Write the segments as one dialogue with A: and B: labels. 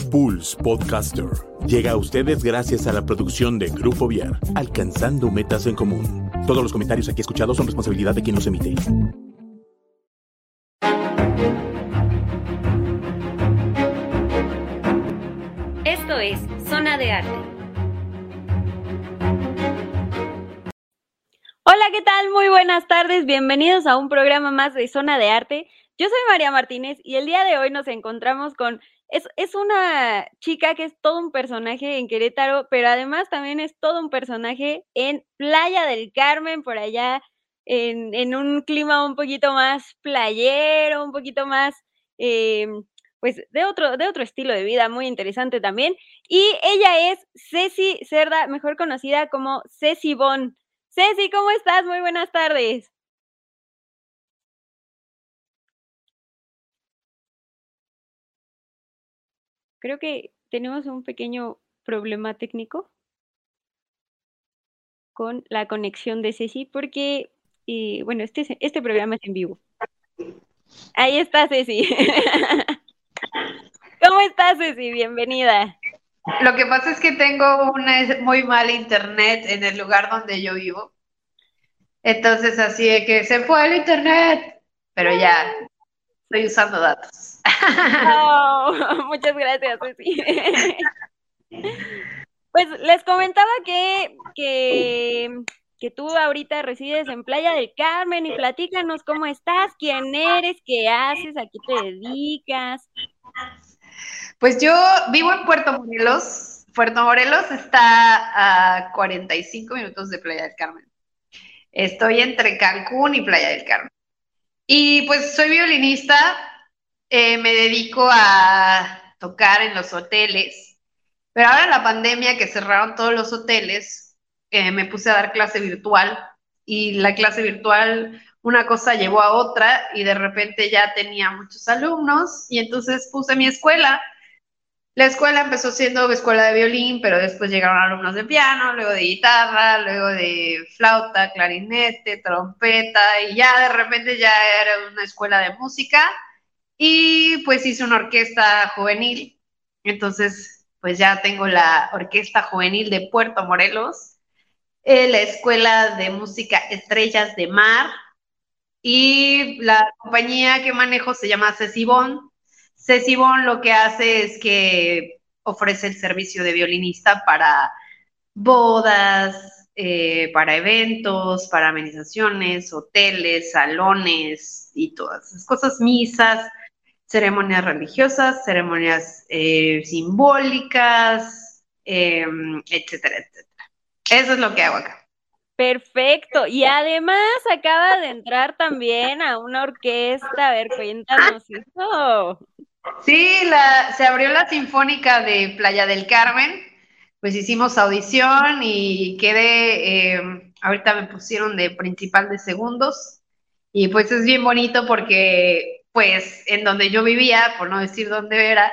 A: Pulse Podcaster llega a ustedes gracias a la producción de Grupo Viar, alcanzando metas en común. Todos los comentarios aquí escuchados son responsabilidad de quien los emite.
B: Esto es Zona de Arte. Hola, ¿qué tal? Muy buenas tardes. Bienvenidos a un programa más de Zona de Arte. Yo soy María Martínez y el día de hoy nos encontramos con... Es una chica que es todo un personaje en Querétaro, pero además también es todo un personaje en Playa del Carmen, por allá en un clima un poquito más playero, un poquito más, pues de otro estilo de vida muy interesante también. Y ella es Ceci Cerda, mejor conocida como Ceci Bon. Ceci, ¿cómo estás? Muy buenas tardes. Creo que tenemos un pequeño problema técnico con la conexión de Ceci porque, bueno, este programa es en vivo. Ahí está Ceci. ¿Cómo estás, Ceci? Bienvenida.
C: Lo que pasa es que tengo muy mal internet en el lugar donde yo vivo. Entonces, así de que se fue el internet, pero ya estoy usando datos.
B: Oh, muchas gracias, Ceci. Pues les comentaba que tú ahorita resides en Playa del Carmen y platícanos cómo estás, quién eres, qué haces, a qué te dedicas.
C: Pues yo vivo en Puerto Morelos. Puerto Morelos está a 45 minutos de Playa del Carmen. Estoy entre Cancún y Playa del Carmen. Y pues soy violinista, me dedico a tocar en los hoteles, pero ahora en la pandemia que cerraron todos los hoteles, me puse a dar clase virtual y la clase virtual, una cosa llevó a otra y de repente ya tenía muchos alumnos y entonces puse mi escuela. La escuela empezó siendo escuela de violín, pero después llegaron alumnos de piano, luego de guitarra, luego de flauta, clarinete, trompeta, y ya de repente ya era una escuela de música. Y pues hice una orquesta juvenil. Entonces, pues ya tengo la Orquesta Juvenil de Puerto Morelos, la Escuela de Música Estrellas de Mar, y la compañía que manejo se llama Cecibón. Cecibón lo que hace es que ofrece el servicio de violinista para bodas, para eventos, para amenizaciones, hoteles, salones y todas esas cosas, misas, ceremonias religiosas, ceremonias simbólicas, etcétera, etcétera. Eso es lo que hago acá.
B: Perfecto. Y además acaba de entrar también a una orquesta. A ver, cuéntanos eso.
C: Sí, se abrió la Sinfónica de Playa del Carmen, pues hicimos audición y quedé, ahorita me pusieron de principal de segundos y pues es bien bonito porque pues en donde yo vivía, por no decir dónde era,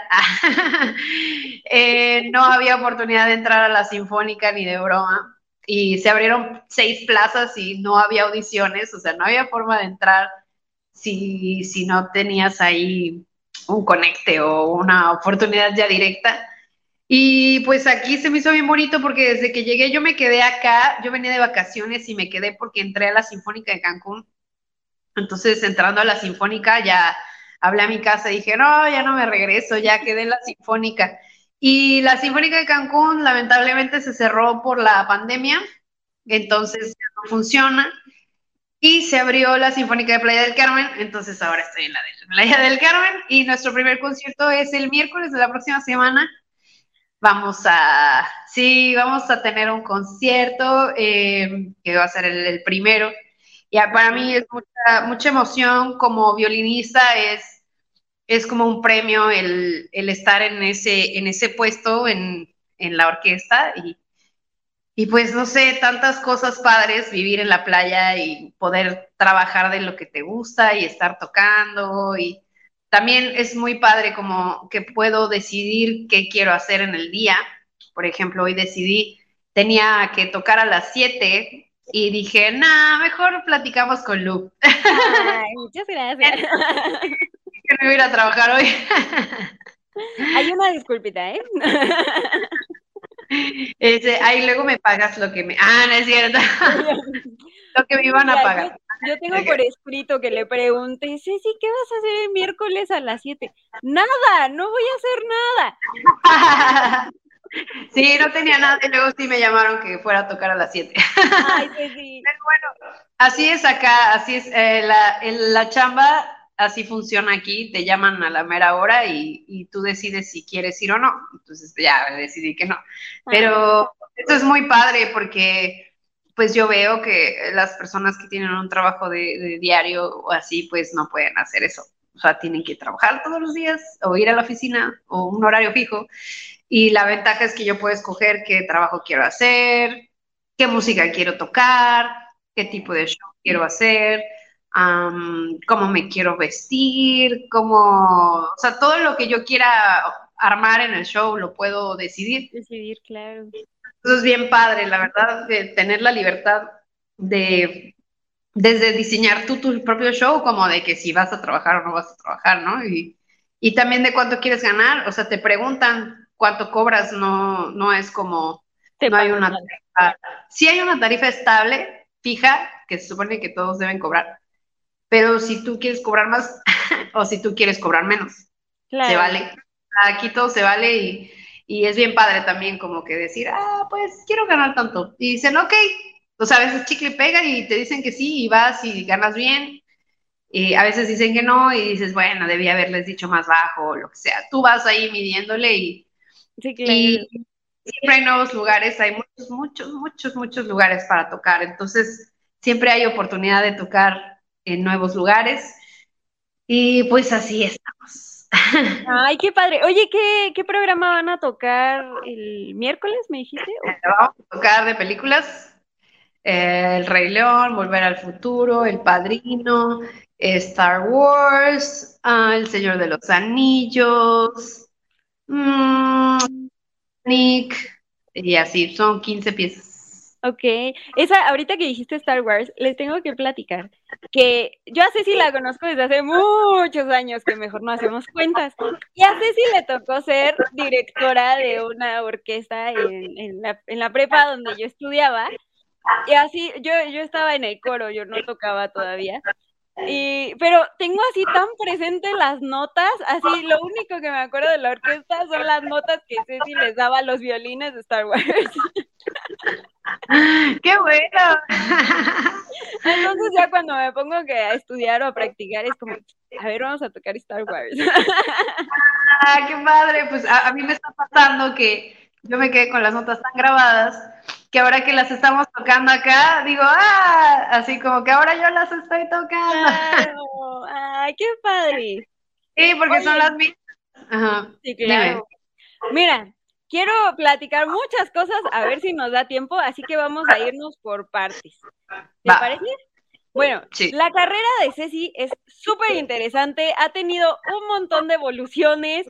C: no había oportunidad de entrar a la Sinfónica ni de broma y se abrieron 6 plazas y no había audiciones, o sea, no había forma de entrar si no tenías ahí un conecte o una oportunidad ya directa. Y pues aquí se me hizo bien bonito porque desde que llegué yo me quedé acá, yo venía de vacaciones y me quedé porque entré a la Sinfónica de Cancún. Entonces entrando a la Sinfónica ya hablé a mi casa y dije, no, ya no me regreso, ya quedé en la Sinfónica. Y la Sinfónica de Cancún lamentablemente se cerró por la pandemia, entonces ya no funciona. Y se abrió la Sinfónica de Playa del Carmen, entonces ahora estoy en la de Playa del Carmen y nuestro primer concierto es el miércoles de la próxima semana. Vamos a tener un concierto que va a ser el primero. Y para mí es mucha emoción como violinista, es como un premio el estar en ese puesto en la orquesta y pues no sé, tantas cosas padres, vivir en la playa y poder trabajar de lo que te gusta y estar tocando y también es muy padre como que puedo decidir qué quiero hacer en el día. Por ejemplo, hoy tenía que tocar a las 7 y dije, nah, mejor platicamos con Lu.
B: Ay, muchas gracias.
C: Que no iba a ir a trabajar hoy.
B: Hay una disculpita, ¿eh?
C: Ahí luego me pagas lo que me... Ah, no es cierto. Lo que me iban a
B: Mira,
C: pagar.
B: yo tengo por escrito que le pregunté, Ceci, ¿qué vas a hacer el miércoles a las 7? Nada, no voy a hacer nada.
C: Sí, no tenía nada y luego sí me llamaron que fuera a tocar a las 7.
B: Ay, Ceci.
C: Pero bueno, así es acá, así es la chamba, así funciona aquí, te llaman a la mera hora y tú decides si quieres ir o no. Entonces ya decidí que no. Pero eso es muy padre porque pues yo veo que las personas que tienen un trabajo de diario o así, pues no pueden hacer eso. O sea, tienen que trabajar todos los días o ir a la oficina o un horario fijo. Y la ventaja es que yo puedo escoger qué trabajo quiero hacer, qué música quiero tocar, qué tipo de show quiero hacer, cómo me quiero vestir, o sea, todo lo que yo quiera armar en el show lo puedo decidir.
B: Decidir, claro.
C: Eso es bien padre, la verdad, de tener la libertad de desde diseñar tú tu propio show, como de que si vas a trabajar o no vas a trabajar, ¿no? Y también de cuánto quieres ganar, o sea, te preguntan cuánto cobras, no es como,
B: Te
C: no hay
B: pagan
C: una
B: mal.
C: tarifa, sí hay una tarifa estable, fija, que se supone que todos deben cobrar, pero si tú quieres cobrar más o si tú quieres cobrar menos, se
B: Claro.
C: vale. Aquí todo se vale y es bien padre también como que decir, pues quiero ganar tanto. Y dicen, ok, o sea, a veces chicle y pega y te dicen que sí y vas y ganas bien. Y a veces dicen que no y dices, bueno, debía haberles dicho más bajo o lo que sea. Tú vas ahí midiéndole
B: Sí, claro.
C: y siempre hay nuevos lugares, hay muchos lugares para tocar. Entonces, siempre hay oportunidad de tocar en nuevos lugares y pues así estamos.
B: Ay, qué padre. Oye, ¿qué programa van a tocar el miércoles, me dijiste?
C: Vamos a tocar de películas, El Rey León, Volver al Futuro, El Padrino, Star Wars, El Señor de los Anillos, Nick, y así, son 15 piezas.
B: Ok, esa, ahorita que dijiste Star Wars, les tengo que platicar que yo a Ceci la conozco desde hace muchos años, que mejor no hacemos cuentas, y a Ceci le tocó ser directora de una orquesta en la prepa donde yo estudiaba, y así, yo estaba en el coro, yo no tocaba todavía, pero tengo así tan presente las notas, así lo único que me acuerdo de la orquesta son las notas que Ceci les daba a los violines de Star Wars.
C: ¡Qué bueno!
B: Entonces ya cuando me pongo a estudiar o a practicar es como, a ver, vamos a tocar Star Wars.
C: ¡Qué padre! Pues a mí me está pasando que yo me quedé con las notas tan grabadas que ahora que las estamos tocando acá, digo, así como que ahora yo las estoy tocando.
B: Claro, ay, qué padre.
C: Sí, porque son
B: Oye,
C: las mismas. Ajá.
B: sí,
C: Dime.
B: claro. Mira, quiero platicar muchas cosas, a ver si nos da tiempo, así que vamos a irnos por partes. ¿Te
C: Va.
B: parece? Bueno,
C: Sí.
B: la carrera de Ceci es súper interesante, ha tenido un montón de evoluciones,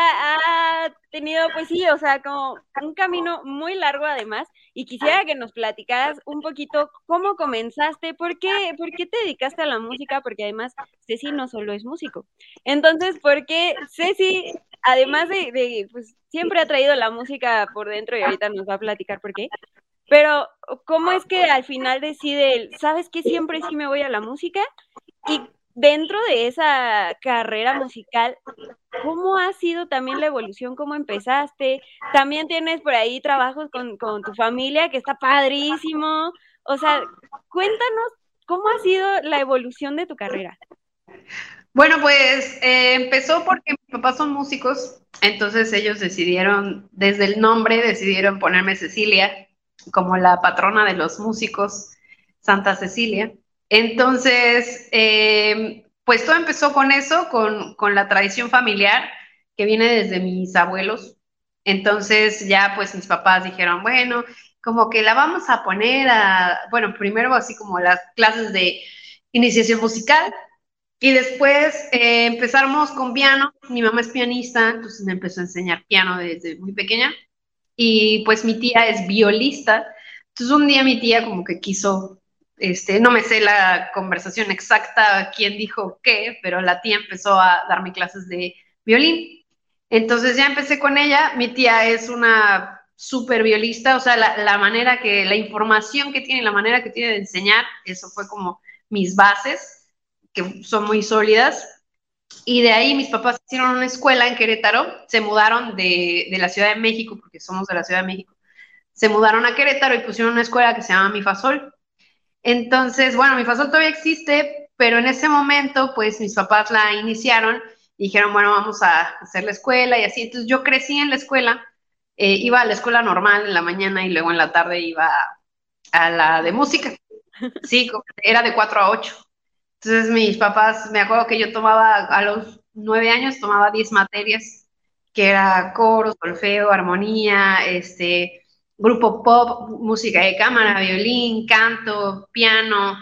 B: ha tenido, pues sí, o sea, como un camino muy largo además, y quisiera que nos platicaras un poquito cómo comenzaste, por qué te dedicaste a la música, porque además Ceci no solo es músico. Entonces, ¿por qué Ceci, además pues siempre ha traído la música por dentro y ahorita nos va a platicar por qué? Pero, ¿cómo es que al final decide, sabes que siempre sí me voy a la música? Y dentro de esa carrera musical, ¿cómo ha sido también la evolución? ¿Cómo empezaste? También tienes por ahí trabajos con tu familia, que está padrísimo. O sea, cuéntanos cómo ha sido la evolución de tu carrera.
C: Bueno, pues empezó porque mis papás son músicos, entonces ellos decidieron, desde el nombre, decidieron ponerme Cecilia como la patrona de los músicos, Santa Cecilia. Entonces, pues todo empezó con eso, con la tradición familiar que viene desde mis abuelos. Entonces ya pues mis papás dijeron, bueno, como que la vamos a poner bueno, primero así como las clases de iniciación musical y después empezamos con piano. Mi mamá es pianista, entonces me empezó a enseñar piano desde muy pequeña. Y pues mi tía es violista. Entonces un día mi tía como que quiso, no me sé la conversación exacta, quién dijo qué, pero la tía empezó a darme clases de violín. Entonces ya empecé con ella. Mi tía es una súper violista, o sea, la información que tiene, la manera que tiene de enseñar, eso fue como mis bases, que son muy sólidas. Y de ahí mis papás hicieron una escuela en Querétaro, se mudaron de la Ciudad de México, porque somos de la Ciudad de México, se mudaron a Querétaro y pusieron una escuela que se llama Mi Fasol. Entonces, bueno, Mi Fasol todavía existe, pero en ese momento, pues mis papás la iniciaron y dijeron, bueno, vamos a hacer la escuela y así. Entonces yo crecí en la escuela, iba a la escuela normal en la mañana y luego en la tarde iba a la de música. Sí, era de 4 a 8. Entonces mis papás, me acuerdo que yo tomaba a los 9 años, tomaba 10 materias, que era coro, solfeo, armonía, grupo pop, música de cámara, violín, canto, piano,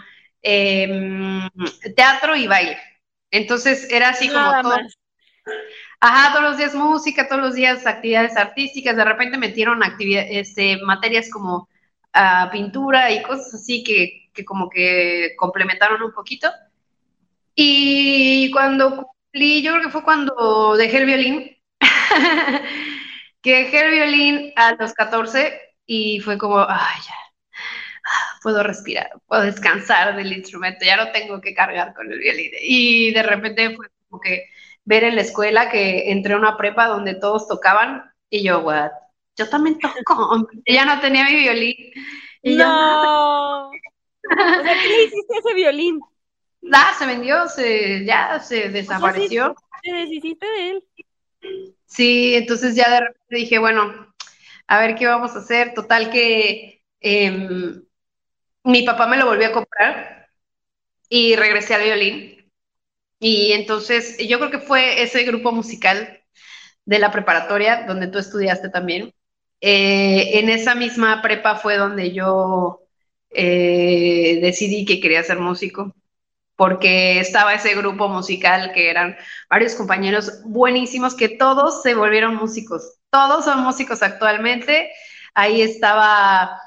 C: teatro y baile. Entonces era así como
B: Nada
C: todo.
B: más.
C: Ajá, todos los días música, todos los días actividades artísticas, de repente metieron materias como pintura y cosas así que como que complementaron un poquito. Y cuando cumplí, yo creo que fue cuando dejé el violín, que dejé el violín a los 14 y fue como, ay, ya, puedo respirar, puedo descansar del instrumento, ya no tengo que cargar con el violín. Y de repente fue como que ver en la escuela que entré a una prepa donde todos tocaban y yo, what? Yo también toco. Ya no tenía mi violín. Y yo, no,
B: No. O sea, ¿qué le hiciste a ese violín?
C: se vendió, ya se
B: O sea, sí,
C: desapareció.
B: te deshiciste de él.
C: Sí, entonces ya de repente dije, bueno, a ver qué vamos a hacer. Total que mi papá me lo volvió a comprar y regresé al violín. Y entonces yo creo que fue ese grupo musical de la preparatoria donde tú estudiaste también. En esa misma prepa fue donde yo decidí que quería ser músico, porque estaba ese grupo musical que eran varios compañeros buenísimos que todos se volvieron músicos. Todos son músicos actualmente. Ahí estaba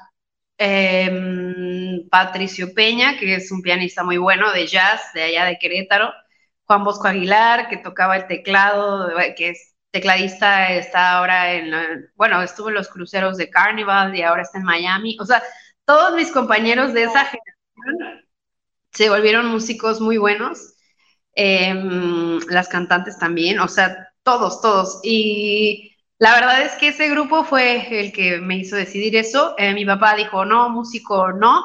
C: Patricio Peña, que es un pianista muy bueno de jazz de allá de Querétaro. Juan Bosco Aguilar, que tocaba el teclado, que es tecladista, está ahora bueno, estuvo en los cruceros de Carnival y ahora está en Miami. O sea, todos mis compañeros de esa generación se volvieron músicos muy buenos, las cantantes también, o sea, todos, todos. Y la verdad es que ese grupo fue el que me hizo decidir eso. Mi papá dijo, no, músico, no.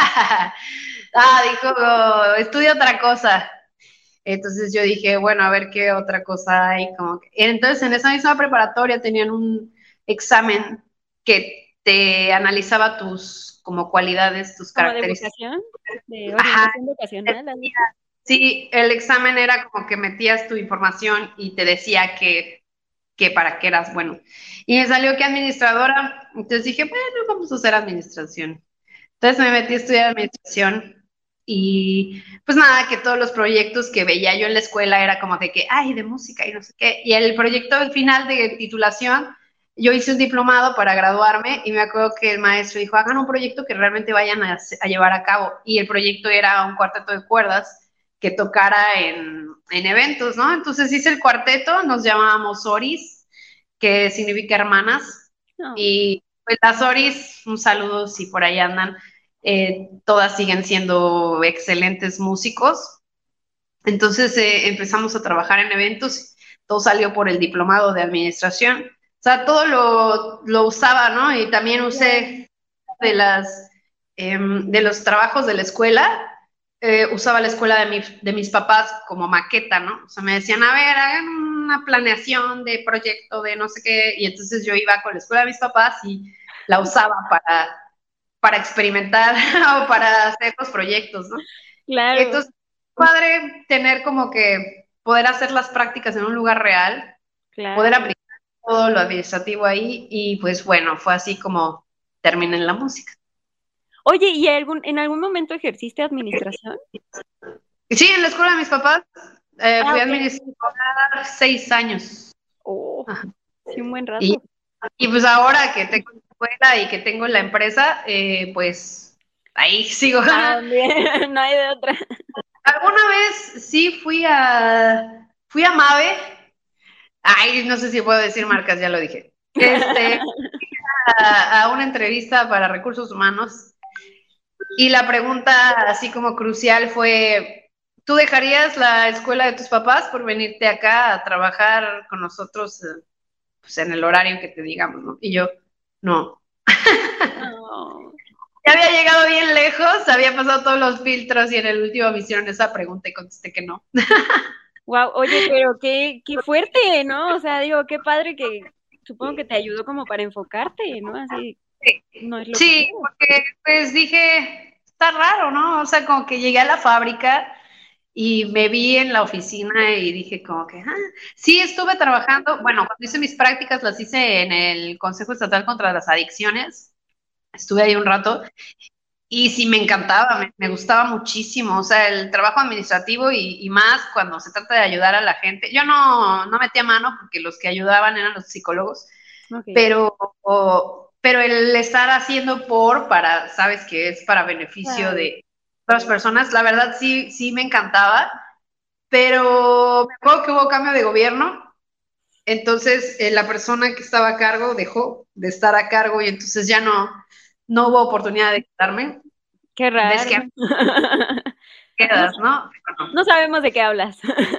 C: Dijo, estudia otra cosa. Entonces yo dije, bueno, a ver qué otra cosa hay. Entonces en esa misma preparatoria tenían un examen que te analizaba tus como cualidades, tus
B: Como de
C: características.
B: vocación, de
C: Ajá.
B: orientación vocacional, algo así.
C: Sí, el examen era como que metías tu información y te decía que para qué eras bueno. Y me salió que administradora, entonces dije, bueno, vamos a hacer administración. Entonces me metí a estudiar administración y pues nada, que todos los proyectos que veía yo en la escuela era como de que, ay, de música y no sé qué. Y el proyecto al final de titulación, yo hice un diplomado para graduarme y me acuerdo que el maestro dijo, hagan un proyecto que realmente vayan a llevar a cabo. Y el proyecto era un cuarteto de cuerdas que tocara en eventos, ¿no? Entonces hice el cuarteto, nos llamábamos Oris, que significa hermanas.
B: No.
C: Y pues las Oris, un saludo si por ahí andan, todas siguen siendo excelentes músicos. Entonces empezamos a trabajar en eventos, todo salió por el diplomado de administración. O sea, todo lo usaba, ¿no? Y también usé de los trabajos de la escuela, usaba la escuela de mis papás como maqueta, ¿no? O sea, me decían, a ver, hagan una planeación de proyecto de no sé qué, y entonces yo iba con la escuela de mis papás y la usaba para experimentar o para hacer los proyectos, ¿no?
B: Claro.
C: Entonces, padre tener como que poder hacer las prácticas en un lugar real,
B: Claro.
C: poder aplicar todo lo administrativo ahí, y pues bueno, fue así como terminé en la música.
B: Oye, ¿y en algún momento ejerciste administración?
C: Sí, en la escuela de mis papás fui
B: Ok.
C: administradora 6 años.
B: Oh,
C: Ajá.
B: sí, un buen rato.
C: Y pues ahora que tengo la escuela y que tengo la empresa, pues ahí sigo.
B: También, no hay de otra.
C: Alguna vez sí fui a Mave, Ay, no sé si puedo decir marcas, ya lo dije. A una entrevista para recursos humanos y la pregunta así como crucial fue, ¿tú dejarías la escuela de tus papás por venirte acá a trabajar con nosotros pues en el horario que te digamos, ¿no? Y yo, no.
B: No.
C: Ya había llegado bien lejos, había pasado todos los filtros y en el último me hicieron esa pregunta y contesté que no.
B: Wow, oye, pero qué fuerte, ¿no? O sea, digo, qué padre que supongo que te ayudó como para enfocarte, ¿no? Así no es lo que
C: Sí,
B: quiero.
C: porque pues dije, está raro, ¿no? O sea, como que llegué a la fábrica y me vi en la oficina y dije como que, sí, estuve trabajando, bueno, cuando hice mis prácticas las hice en el Consejo Estatal contra las Adicciones, estuve ahí un rato y sí me encantaba, me gustaba muchísimo, o sea, el trabajo administrativo y más cuando se trata de ayudar a la gente. Yo no metía mano porque los que ayudaban eran los psicólogos,
B: Okay.
C: pero el estar haciendo para, sabes que es para beneficio
B: Claro.
C: de otras personas, la verdad sí me encantaba, pero me acuerdo que hubo cambio de gobierno, entonces la persona que estaba a cargo dejó de estar a cargo y entonces ya no hubo oportunidad de quedarme.
B: Qué
C: Ves
B: raro.
C: que
B: No,
C: quedas, ¿no?
B: no sabemos de qué hablas.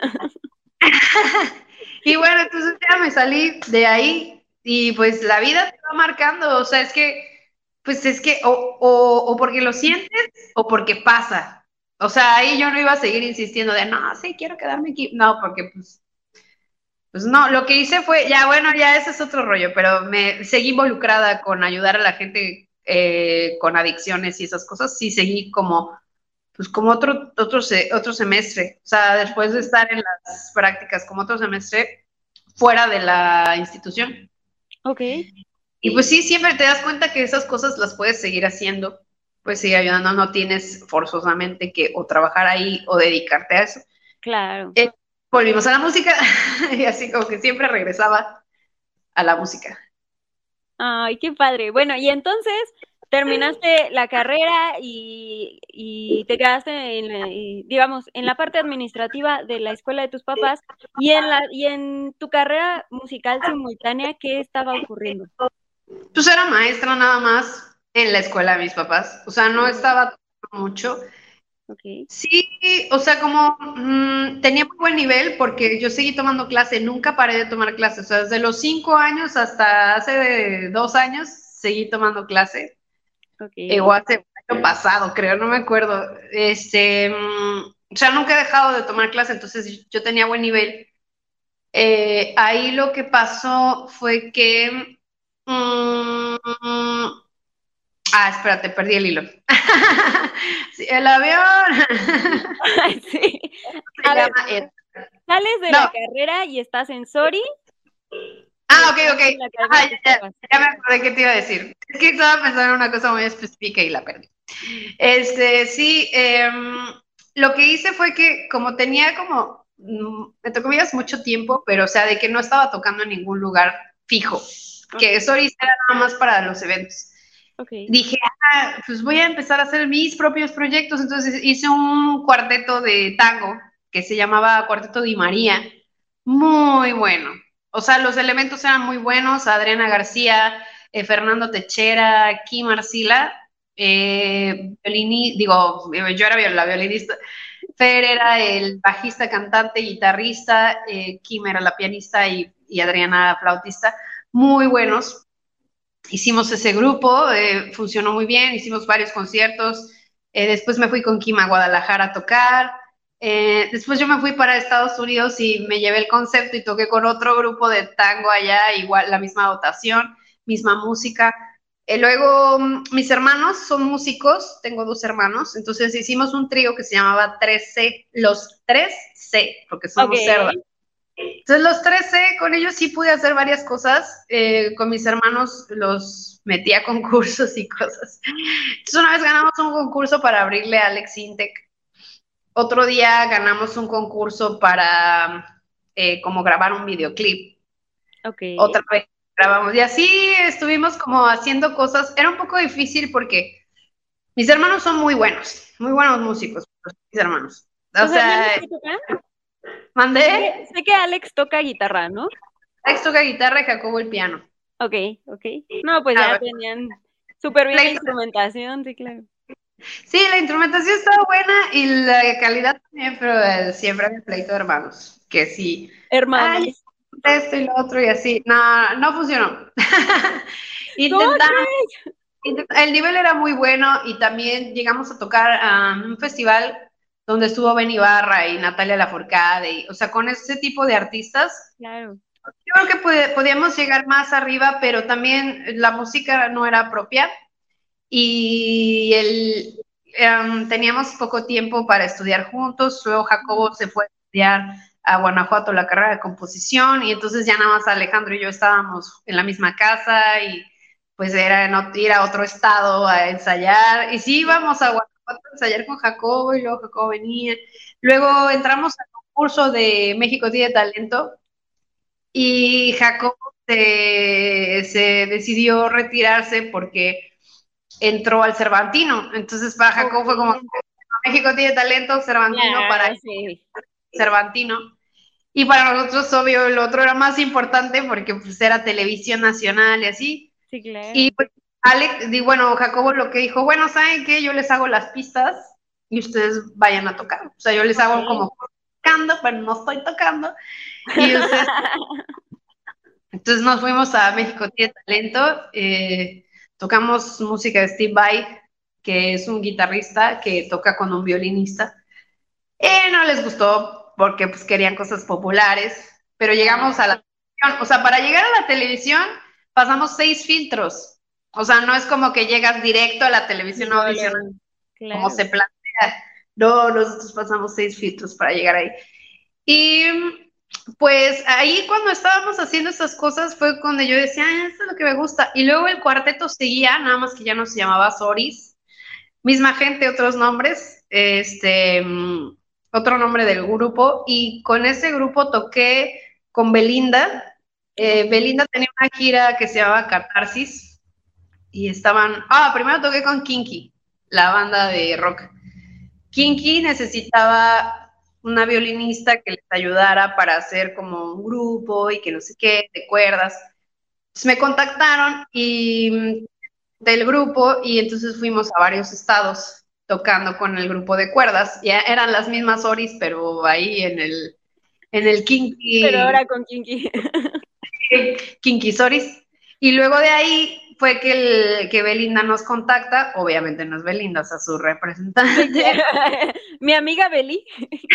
C: Y bueno, entonces ya me salí de ahí y pues la vida te va marcando, o sea, pues es que o porque lo sientes o porque pasa. O sea, ahí yo no iba a seguir insistiendo de, no, sí, quiero quedarme aquí. No, porque pues no, lo que hice fue, ya bueno, ya ese es otro rollo, pero me seguí involucrada con ayudar a la gente con adicciones y esas cosas. Sí, seguí pues como otro semestre, o sea, después de estar en las prácticas como otro semestre fuera de la institución.
B: Ok,
C: Y pues sí, siempre te das cuenta que esas cosas las puedes seguir haciendo, pues sigue ayudando, no tienes forzosamente que o trabajar ahí o dedicarte a eso.
B: claro.
C: Eh, Volvimos a la música y así como que siempre regresaba a la música.
B: Ay, qué padre. Bueno, y entonces terminaste la carrera y te quedaste digamos, en la parte administrativa de la escuela de tus papás y en tu carrera musical simultánea, ¿qué estaba ocurriendo?
C: Pues era maestra nada más en la escuela de mis papás, o sea, no
B: Ujú.
C: estaba mucho.
B: Ok.
C: Sí, o sea, como tenía muy buen nivel porque yo seguí tomando clase, nunca paré de tomar clases, o sea, desde los 5 años hasta hace 2 años seguí tomando clase, o
B: Ok.
C: hace el año pasado, creo, no me acuerdo. O sea, nunca he dejado de tomar clase, entonces yo tenía buen nivel. Ahí lo que pasó fue que, espérate, perdí el hilo. Sí, el avión
B: Sí.
C: se
B: A ver,
C: llama Ed.
B: sales de la
C: No,
B: carrera y estás en Sori y
C: ok,
B: estás
C: ok.
B: en la carrera de tus papás.
C: Ya me acordé qué te iba a decir. Es que estaba pensando en una cosa muy específica y la perdí. Sí, lo que hice fue que como tenía como, me tocó mucho tiempo, pero o sea, de que no estaba tocando en ningún lugar fijo, que
B: Ok,
C: eso era nada más para los eventos.
B: ok.
C: Dije, pues voy a empezar a hacer mis propios proyectos, entonces hice un cuarteto de tango que se llamaba Cuarteto Di María, muy bueno. O sea, los elementos eran muy buenos, Adriana García, Fernando Techera, Kim Arcila, yo era la violinista, Fer era el bajista, cantante, guitarrista, Kim era la pianista y Adriana flautista, muy buenos. Hicimos ese grupo, funcionó muy bien, hicimos varios conciertos, después me fui con Kim a Guadalajara a tocar, después yo me fui para Estados Unidos y me llevé el concepto y toqué con otro grupo de tango allá, igual la misma dotación, misma música. Luego mis hermanos son músicos, tengo 2 hermanos, entonces hicimos un trío que se llamaba 3C, los 3C, porque
B: Ok.
C: somos cerdas. Entonces los 13, con ellos sí pude hacer varias cosas. Con mis hermanos los metí a concursos y cosas. Entonces una vez ganamos un concurso para abrirle a Alex Intec. Otro día ganamos un concurso para como grabar un videoclip.
B: Ok.
C: Otra vez grabamos. Y así estuvimos como haciendo cosas. Era un poco difícil porque mis hermanos son muy buenos músicos, mis hermanos. O
B: ¿Tus hermanos
C: sea,
B: qué tocan?
C: mandé.
B: Sé que Alex toca guitarra, ¿no?
C: Alex toca guitarra y Jacobo el piano.
B: Ok. No, pues ya
C: Ah,
B: tenían súper bien la
C: la-
B: instrumentación, sí, claro.
C: sí, la instrumentación estaba buena y la calidad también, pero siempre había pleito de hermanos, que sí, ay,
B: Hermanos.
C: esto y lo otro y así. No, no funcionó.
B: ¿Cómo
C: Intentamos,
B: crees?
C: el nivel era muy bueno y también llegamos a tocar a un festival donde estuvo Ben Ibarra y Natalia Lafourcade, o sea, con ese tipo de artistas.
B: Claro.
C: Yo creo que podíamos llegar más arriba, pero también la música no era propia y teníamos poco tiempo para estudiar juntos. Luego Jacobo se fue a estudiar a Guanajuato la carrera de composición y entonces ya nada más Alejandro y yo estábamos en la misma casa y pues era ir a otro estado a ensayar. Y sí íbamos a Guanajuato a ensayar con Jacobo y luego Jacobo venía. Luego entramos al concurso de México Tiene Talento y Jacobo se decidió retirarse porque entró al Cervantino. Entonces para Jacobo fue como,
B: Ok.
C: México tiene talento, Cervantino para
B: Ya, sí.
C: Cervantino. Y para nosotros, obvio, el otro era más importante porque pues era televisión nacional y así.
B: Sí,
C: Y
B: claro.
C: pues bueno, Jacobo lo que dijo, bueno, ¿saben qué? Yo les hago las pistas y ustedes vayan a tocar. O sea, yo les hago
B: Ok.
C: como tocando, pero no estoy tocando. Y ustedes Entonces nos fuimos a México Tiene Talento, tocamos música de Steve Vai, que es un guitarrista que toca con un violinista. No les gustó porque pues querían cosas populares, pero llegamos a
B: Ah,
C: la televisión. O sea, para llegar a la televisión pasamos 6 filtros. O sea, no es como que llegas directo a la televisión a audicionar
B: luego,
C: como
B: claro.
C: se plantea. No, nosotros pasamos 6 filtros para llegar ahí. Y pues ahí cuando estábamos haciendo esas cosas fue cuando yo decía, esto es lo que me gusta. Y luego el cuarteto seguía, nada más que ya no se llamaba Soris, misma gente, otros nombres, otro nombre del grupo. Y con ese grupo toqué con Belinda.
B: Ok.
C: Belinda tenía una gira que se llamaba Catarsis y primero toqué con Kinky, la banda de rock. Kinky necesitaba una violinista que les ayudara para hacer como un grupo y que no sé qué, de cuerdas. Entonces me contactaron del grupo y entonces fuimos a varios estados tocando con el grupo de cuerdas. Ya eran las mismas Oris, pero ahí en el
B: Pero
C: Kinky,
B: ahora con Kinky.
C: Kinky Soris. Y luego de ahí fue que Belinda nos contacta, obviamente no es Belinda, o sea, su
B: Sí,
C: representante.
B: claro. Mi amiga Beli.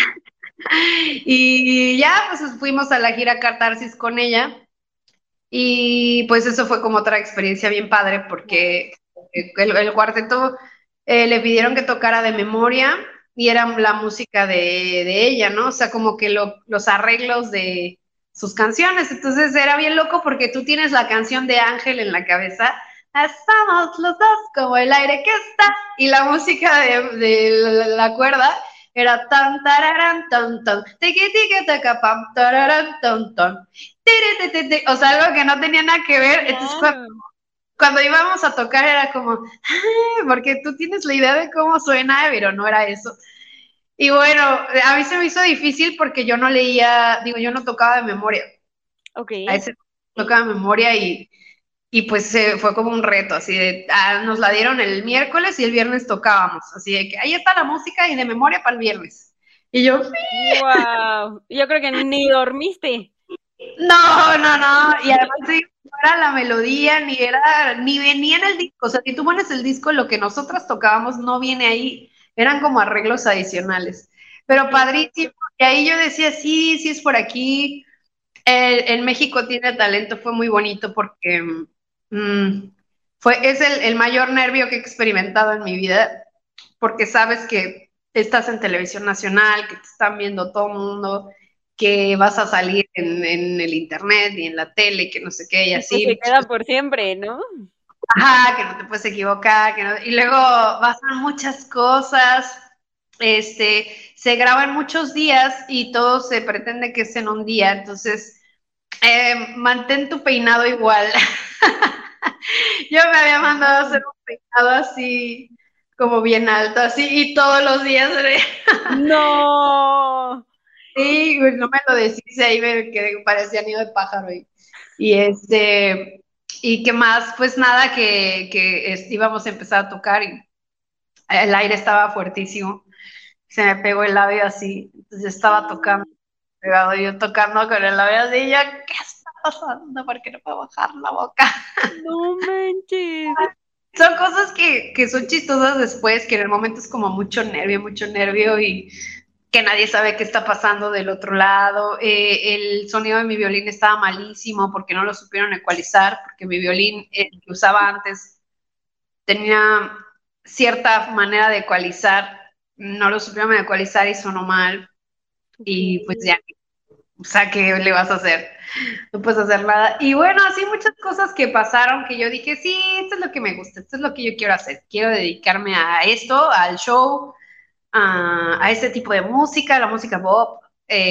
C: Y ya, pues fuimos a la gira Catarsis con ella y pues eso fue como otra experiencia bien padre porque el cuarteto le pidieron que tocara de memoria y era la música de ella, ¿no? O sea, como que los arreglos de sus canciones. Entonces era bien loco porque tú tienes la canción de Ángel en la cabeza. Estamos los dos como el aire que está y la música de la cuerda era tan tararán tan tan tiki tiki taca pam tararán tan tan tiri, tiri, tiri. O sea, algo que no tenía nada que ver. Entonces
B: Claro.
C: cuando íbamos a tocar era como, porque tú tienes la idea de cómo suena, pero no era eso. Y bueno, a mí se me hizo difícil porque yo no leía, digo, yo no tocaba de memoria.
B: Ok.
C: A ese tocaba de memoria y pues fue como un reto, así de, nos la dieron el miércoles y el viernes tocábamos, así de que ahí está la música y de memoria para el viernes. Y yo,
B: Wow. Yo creo que ni dormiste.
C: no, no, no, y además sí, no era la melodía, ni venía en el disco, o sea, si tú pones el disco, lo que nosotras tocábamos no viene ahí, eran como arreglos adicionales, pero
B: Ok.
C: padrísimo, y ahí yo decía, sí, sí es por aquí, en México Tiene Talento fue muy bonito porque es el mayor nervio que he experimentado en mi vida, porque sabes que estás en televisión nacional, que te están viendo todo el mundo, que vas a salir en el internet y en la tele, que no sé qué, y
B: Y pues se
C: así.
B: queda por siempre, ¿no?
C: Ajá, que no te puedes equivocar, y luego pasan muchas cosas, se graban muchos días y todo se pretende que es en un día, entonces mantén tu peinado igual. Yo me había mandado a hacer un peinado así, como bien alto, así, y todos los días,
B: No.
C: sí, no me lo deshice, ahí me quedé, parecía nido de pájaro. Y qué más, pues nada, íbamos a empezar a tocar y el aire estaba fuertísimo. Se me pegó el labio así, entonces estaba tocando, pegado yo tocando con el labio así, y yo, ¿qué está pasando? ¿Por qué no puedo bajar la boca?
B: No manches.
C: Son cosas que son chistosas después, que en el momento es como mucho nervio y que nadie sabe qué está pasando del otro lado. El sonido de mi violín estaba malísimo porque no lo supieron ecualizar, porque mi violín, el que usaba antes, tenía cierta manera de ecualizar, no lo supieron ecualizar y sonó mal. Y pues ya, o sea, ¿qué le vas a hacer? No puedes hacer nada. Y bueno, así muchas cosas que pasaron que yo dije, sí, esto es lo que me gusta, esto es lo que yo quiero hacer. Quiero dedicarme a esto, al show, a este tipo de música, la música pop.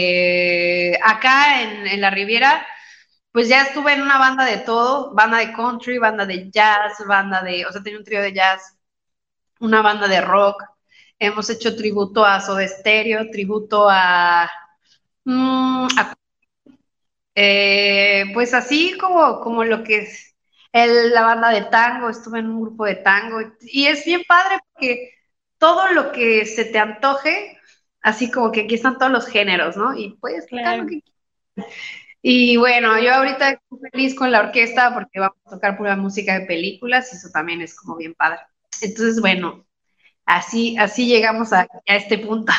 C: Acá en la Riviera, pues ya estuve en una banda de todo, banda de country, banda de jazz, o sea, tenía un trío de jazz, una banda de rock. Hemos hecho tributo a Soda Stereo, tributo a pues así como lo que es la banda de tango, estuve en un grupo de tango y es bien padre porque todo lo que se te antoje, así como que aquí están todos los géneros, ¿no? Y puedes tocar lo
B: Claro.
C: que quieras. Y bueno, yo ahorita estoy feliz con la orquesta porque vamos a tocar pura música de películas y eso también es como bien padre. Entonces, bueno, así llegamos a este punto.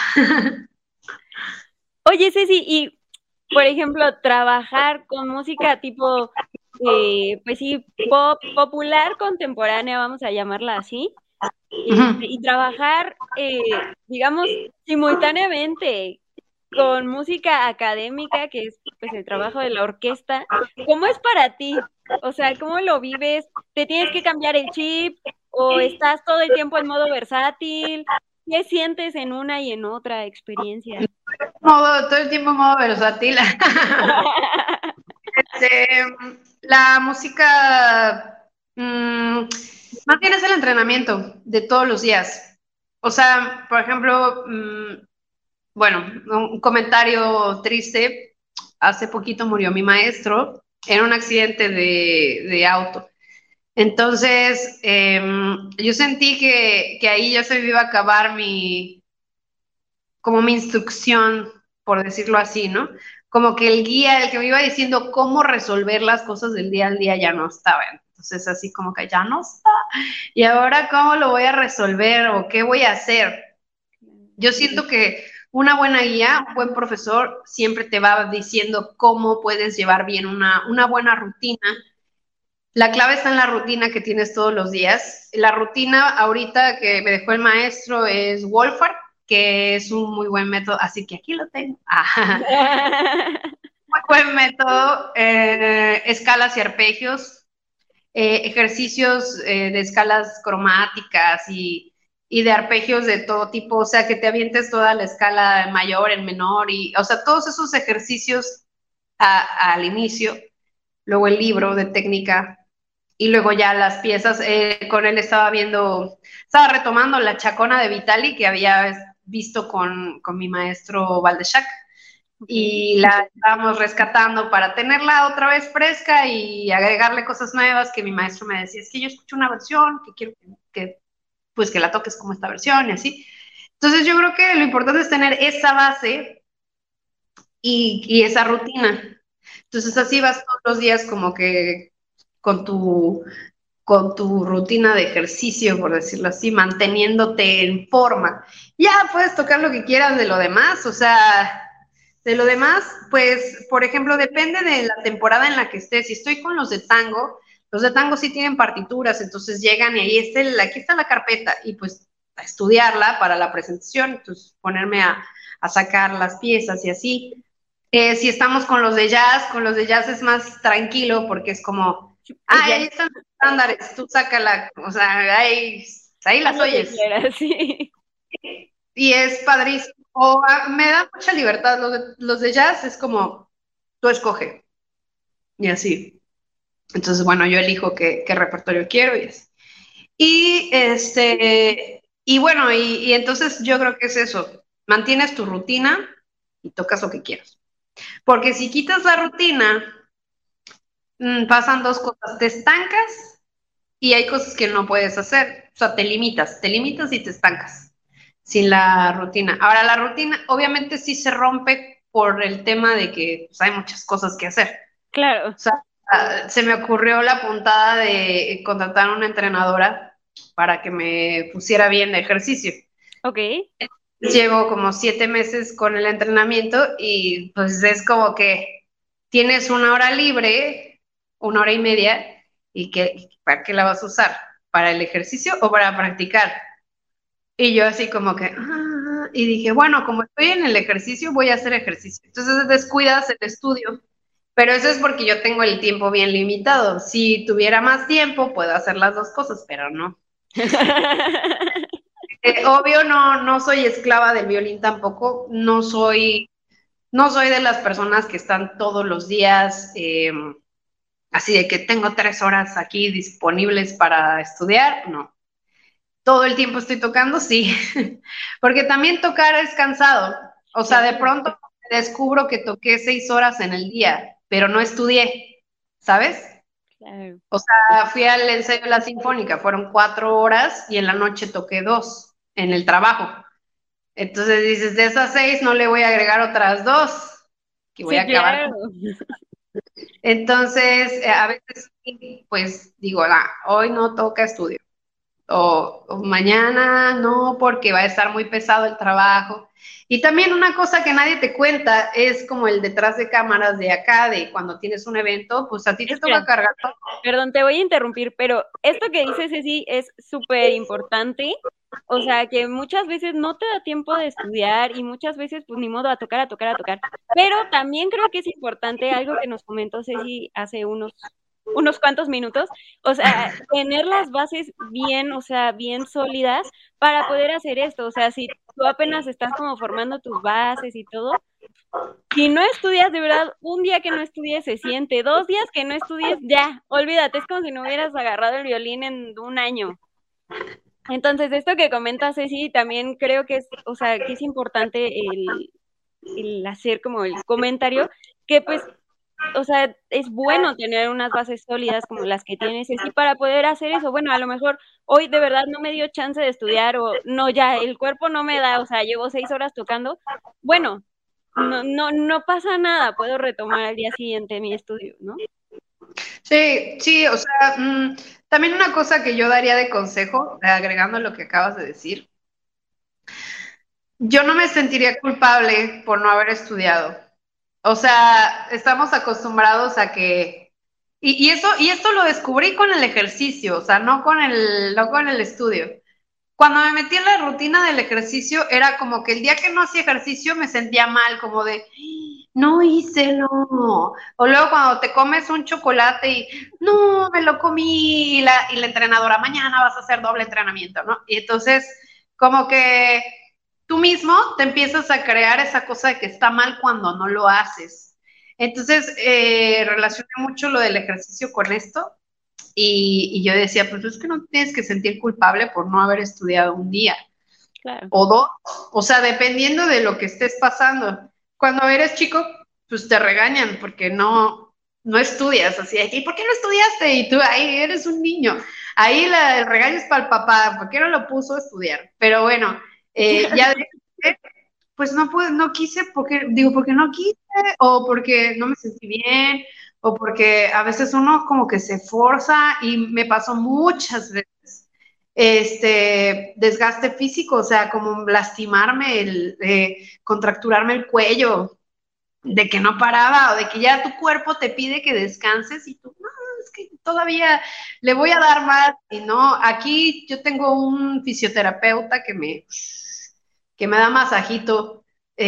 B: Oye, Ceci, y por ejemplo, trabajar con música tipo, pues sí, pop, popular, contemporánea, vamos a llamarla así, y trabajar, digamos, simultáneamente con música académica, que es pues el trabajo de la orquesta, ¿cómo es para ti? O sea, ¿cómo lo vives? ¿Te tienes que cambiar el chip o estás todo el tiempo en modo versátil? ¿Qué sientes en una y en otra experiencia?
C: Todo el tiempo modo versátil. Este, la música, más bien es el entrenamiento de todos los días. O sea, por ejemplo, bueno, un comentario triste. Hace poquito murió mi maestro en un accidente de auto. Entonces, yo sentí que ahí ya se me iba a acabar como mi instrucción, por decirlo así, ¿no? Como que el guía, el que me iba diciendo cómo resolver las cosas del día al día ya no estaba. Entonces, así como que ya no está. ¿Y ahora cómo lo voy a resolver o qué voy a hacer? Yo siento que una buena guía, un buen profesor, siempre te va diciendo cómo puedes llevar bien una buena rutina. La clave está en la rutina que tienes todos los días. La rutina ahorita que me dejó el maestro es Wolfart, que es un muy buen método, así que aquí lo tengo. Muy buen método, escalas y arpegios, ejercicios de escalas cromáticas y de arpegios de todo tipo, o sea, que te avientes toda la escala en mayor, en menor, o sea, todos esos ejercicios al inicio, luego el libro de técnica y luego ya las piezas, con él estaba retomando la Chacona de Vitali que había visto con mi maestro Valdeshac y la estábamos rescatando para tenerla otra vez fresca y agregarle cosas nuevas que mi maestro me decía, es que yo escucho una versión que quiero pues que la toques como esta versión y así. Entonces yo creo que lo importante es tener esa base y esa rutina. Entonces así vas todos los días como que con tu rutina de ejercicio, por decirlo así, manteniéndote en forma. Ya puedes tocar lo que quieras de lo demás, o sea, de lo demás, pues, por ejemplo, depende de la temporada en la que estés. Si estoy con los de tango sí tienen partituras, entonces llegan y aquí está la carpeta, y pues a estudiarla para la presentación, entonces ponerme a sacar las piezas y así. Si estamos con los de jazz es más tranquilo porque es como, ahí están los estándares, tú sácala, o sea, ahí las
B: Lo que
C: oyes.
B: quieras, sí.
C: Y es padrísimo. Me da mucha libertad. Los de jazz es como, tú escoge. Y así. Entonces, bueno, yo elijo qué repertorio quiero y así. Y bueno, y entonces yo creo que es eso. Mantienes tu rutina y tocas lo que quieras. Porque si quitas la rutina, pasan dos cosas, te estancas y hay cosas que no puedes hacer, o sea, te limitas y te estancas sin la rutina. Ahora, la rutina obviamente sí se rompe por el tema de que pues, hay muchas cosas que hacer.
B: Claro.
C: O sea, se me ocurrió la puntada de contratar a una entrenadora para que me pusiera bien de ejercicio.
B: Ok.
C: Llevo como 7 meses con el entrenamiento y pues es como que tienes una hora libre, 1 hora y media, y ¿para qué la vas a usar? ¿Para el ejercicio o para practicar? Y yo así como que, y dije, bueno, como estoy en el ejercicio, voy a hacer ejercicio. Entonces descuidas el estudio, pero eso es porque yo tengo el tiempo bien limitado. Si tuviera más tiempo, puedo hacer las dos cosas, pero no. Obvio, no soy esclava del violín tampoco, no soy de las personas que están todos los días así de que tengo 3 horas aquí disponibles para estudiar, no. Todo el tiempo estoy tocando, sí, porque también tocar es cansado. O sea, de pronto descubro que toqué 6 horas en el día, pero no estudié, ¿sabes?
B: Claro.
C: O sea, fui al ensayo de la sinfónica, fueron 4 horas y en la noche toqué 2 en el trabajo. Entonces dices, de esas 6 no le voy a agregar otras 2, que voy a
B: Sí,
C: acabar
B: claro.
C: Entonces, a veces, pues digo, hoy no toca estudio, o mañana no, porque va a estar muy pesado el trabajo. Y también una cosa que nadie te cuenta es como el detrás de cámaras de acá, de cuando tienes un evento, pues a ti te toca
B: Espera,
C: cargar todo.
B: perdón, te voy a interrumpir, pero esto que dices, Ceci, es súper importante. O sea, que muchas veces no te da tiempo de estudiar y muchas veces, pues ni modo, a tocar, a tocar, a tocar. Pero también creo que es importante algo que nos comentó Ceci hace unos cuantos minutos, o sea, tener las bases bien, o sea, bien sólidas para poder hacer esto. O sea, si tú apenas estás como formando tus bases y todo, si no estudias, de verdad, un día que no estudies se siente, 2 días que no estudies, ya, olvídate, es como si no hubieras agarrado el violín en un año. Entonces, esto que comentas, Ceci, también creo que es, o sea, que es importante el hacer como el comentario, que pues, o sea, es bueno tener unas bases sólidas como las que tienes, Ceci, para poder hacer eso. Bueno, a lo mejor hoy de verdad no me dio chance de estudiar o no, ya, el cuerpo no me da, o sea, llevo 6 horas tocando. Bueno, no pasa nada, puedo retomar al día siguiente mi estudio, ¿no?
C: Sí, sí, o sea, también una cosa que yo daría de consejo, agregando lo que acabas de decir, yo no me sentiría culpable por no haber estudiado. O sea, estamos acostumbrados a que, y esto lo descubrí con el ejercicio, o sea, no con el estudio. Cuando me metí en la rutina del ejercicio, era como que el día que no hacía ejercicio me sentía mal, como de, no hice, no. O luego cuando te comes un chocolate y, no, me lo comí, y la entrenadora, mañana vas a hacer doble entrenamiento, ¿no? Y entonces, como que tú mismo te empiezas a crear esa cosa de que está mal cuando no lo haces. Entonces, relacioné mucho lo del ejercicio con esto y yo decía, pues es que no tienes que sentir culpable por no haber estudiado un día
B: Claro.
C: o dos, o sea, dependiendo de lo que estés pasando. Cuando eres chico, pues te regañan porque no estudias, así, ¿y por qué no estudiaste? Y tú ahí eres un niño. Ahí el regaño es para el papá, ¿por qué no lo puso a estudiar? Pero bueno, ya pues no pude, no quise porque no quise, o porque no me sentí bien, o porque a veces uno como que se forza y me pasó muchas veces desgaste físico, o sea, como lastimarme, contracturarme el cuello, de que no paraba, o de que ya tu cuerpo te pide que descanses y tú, no, es que todavía le voy a dar más, y no, aquí yo tengo un fisioterapeuta que me da masajito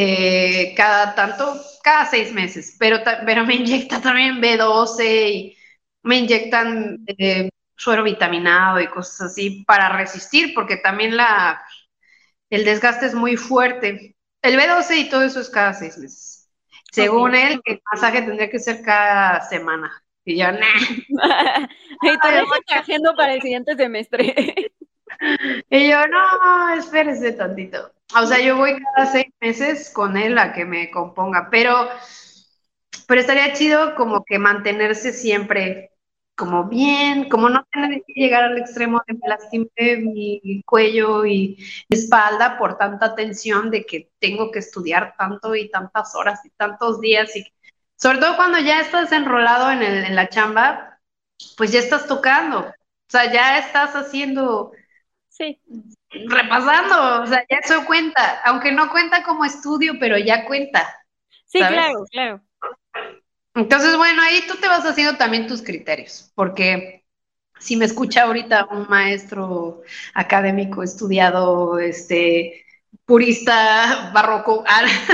C: cada 6 meses, pero me inyecta también B12 y me inyectan suero vitaminado y cosas así para resistir, porque también el desgaste es muy fuerte. El B12 y todo eso es cada 6 meses. Según
B: Ok.
C: él, el masaje tendría que ser cada semana. Y yo, nah.
B: Y tú déjate agendo para el siguiente semestre.
C: Y yo, no, espérese tantito. O sea, yo voy cada 6 meses con él a que me componga, pero pero estaría chido como que mantenerse siempre como bien, como no tener que llegar al extremo de me lastimé mi cuello y mi espalda por tanta tensión de que tengo que estudiar tanto y tantas horas y tantos días y sobre todo cuando ya estás enrolado en la chamba, pues ya estás tocando, o sea, ya estás haciendo,
B: Sí,
C: repasando, o sea, ya eso cuenta, aunque no cuenta como estudio, pero ya cuenta,
B: sí,
C: ¿sabes?
B: claro, claro.
C: Entonces, bueno, ahí tú te vas haciendo también tus criterios, porque si me escucha ahorita un maestro académico estudiado, purista, barroco,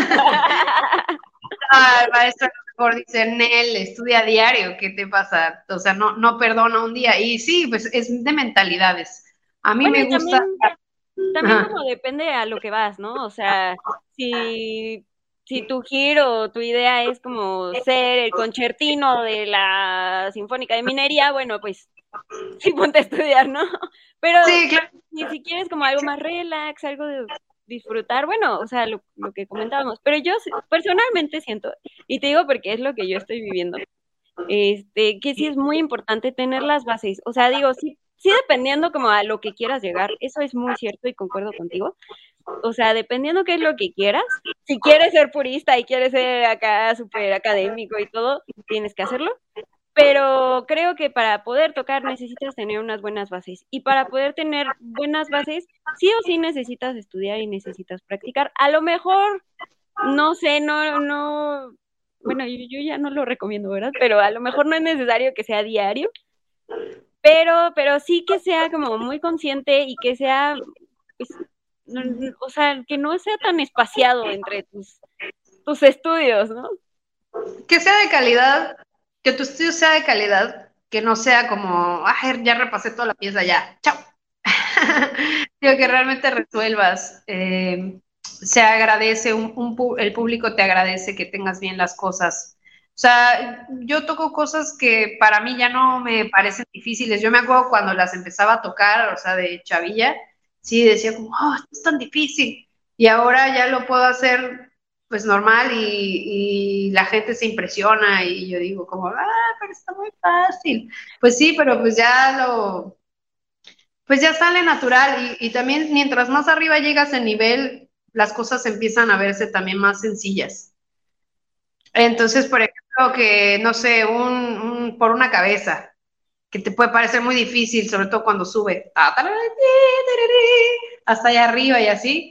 C: el maestro a lo mejor dice, Nel, estudia diario, ¿qué te pasa? O sea, no perdona un día. Y sí, pues es de mentalidades. A mí
B: Bueno,
C: me
B: y
C: gusta.
B: también
C: Ajá.
B: como depende a lo que vas, ¿no? O sea, si tu giro, tu idea es como ser el concertino de la Sinfónica de Minería, bueno, pues sí ponte a estudiar, ¿no? Pero
C: Sí, claro.
B: si quieres como algo más relax, algo de disfrutar, bueno, o sea, lo que comentábamos, pero yo personalmente siento, y te digo porque es lo que yo estoy viviendo, que sí es muy importante tener las bases. O sea, digo, sí, sí dependiendo como a lo que quieras llegar, eso es muy cierto y concuerdo contigo. O sea, dependiendo qué es lo que quieras, si quieres ser purista y quieres ser acá súper académico y todo, tienes que hacerlo. Pero creo que para poder tocar necesitas tener unas buenas bases. Y para poder tener buenas bases, sí o sí necesitas estudiar y necesitas practicar. A lo mejor no sé, no, bueno, yo ya no lo recomiendo, ¿verdad? Pero a lo mejor no es necesario que sea diario, pero sí que sea como muy consciente y que sea, pues, o sea, que no sea tan espaciado entre tus estudios, ¿no?
C: Que sea de calidad, que tu estudio sea de calidad, que no sea como, ay, ya repasé toda la pieza, ya, chao. Digo, que realmente resuelvas. Se agradece, el público te agradece que tengas bien las cosas. O sea, yo toco cosas que para mí ya no me parecen difíciles. Yo me acuerdo cuando las empezaba a tocar, o sea, de chavilla, sí decía como, oh, esto es tan difícil. Y ahora ya lo puedo hacer pues normal y la gente se impresiona y yo digo como, pero está muy fácil. Pues sí, pero pues ya sale natural y también mientras más arriba llegas en nivel, las cosas empiezan a verse también más sencillas. Entonces, por ejemplo, que no sé, por una cabeza, que te puede parecer muy difícil, sobre todo cuando sube hasta allá arriba y así.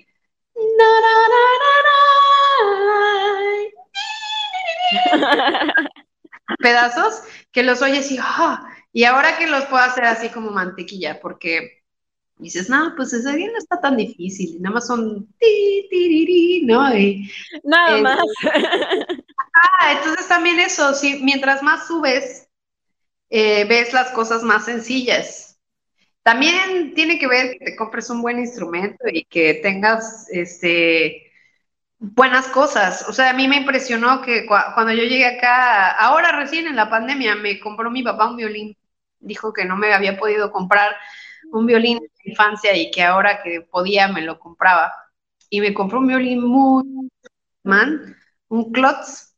C: Pedazos que los oyes y ahora que los puedo hacer así como mantequilla, porque dices, no, pues ese día no está tan difícil, nada más son ¿no?
B: Nada
C: Eh,
B: más.
C: entonces también eso, sí, mientras más subes, ves las cosas más sencillas. También tiene que ver que te compres un buen instrumento y que tengas buenas cosas. O sea, a mí me impresionó que cuando yo llegué acá, ahora recién en la pandemia, me compró mi papá un violín. Dijo que no me había podido comprar un violín en la infancia y que ahora que podía me lo compraba. Y me compró un violín muy man, un Klotz,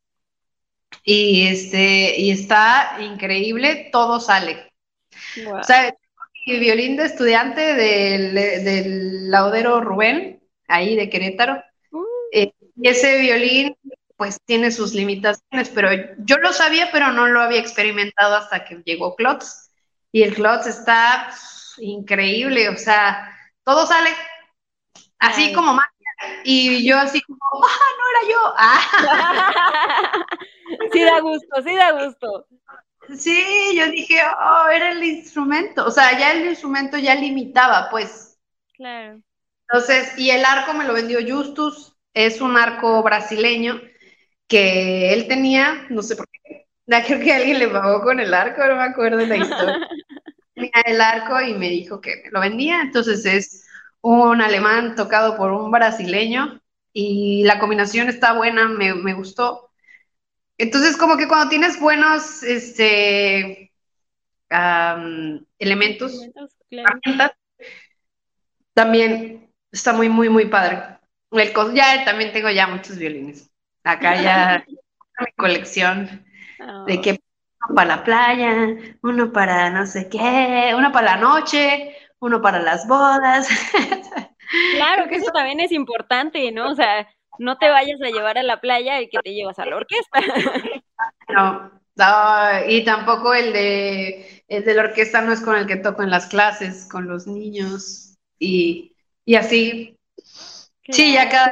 C: y está increíble, todo sale. O
B: Wow.
C: sea, mi violín de estudiante del Laudero Rubén, ahí de Querétaro, y ese violín pues tiene sus limitaciones, pero yo lo sabía, pero no lo había experimentado hasta que llegó Klotz. Y el Klotz está increíble, o sea, todo sale así
B: Ay.
C: como magia. Y yo así como, no era yo.
B: Sí da gusto, sí da gusto.
C: Sí, yo dije, era el instrumento. O sea, ya el instrumento ya limitaba, pues.
B: Claro.
C: Entonces, y el arco me lo vendió Justus, es un arco brasileño que él tenía, no sé por qué, creo que alguien le pagó con el arco, no me acuerdo la historia. Tenía el arco y me dijo que me lo vendía, entonces es un alemán tocado por un brasileño y la combinación está buena, me gustó. Entonces, como que cuando tienes buenos elementos,
B: Instrumentos, claro.
C: herramientas, también está muy, muy, muy padre. Ya también tengo ya muchos violines. Acá ya mi colección de
B: Oh,
C: que uno para la playa, uno para no sé qué, uno para la noche, uno para las bodas.
B: claro
C: Creo
B: que
C: que
B: eso
C: eso
B: también es importante, ¿no? O sea, no te vayas a llevar a la playa y que te llevas a la orquesta.
C: no. No, y tampoco el de la orquesta no es con el que toco en las clases, con los niños y así. Sí, ya
B: Claro.
C: cada.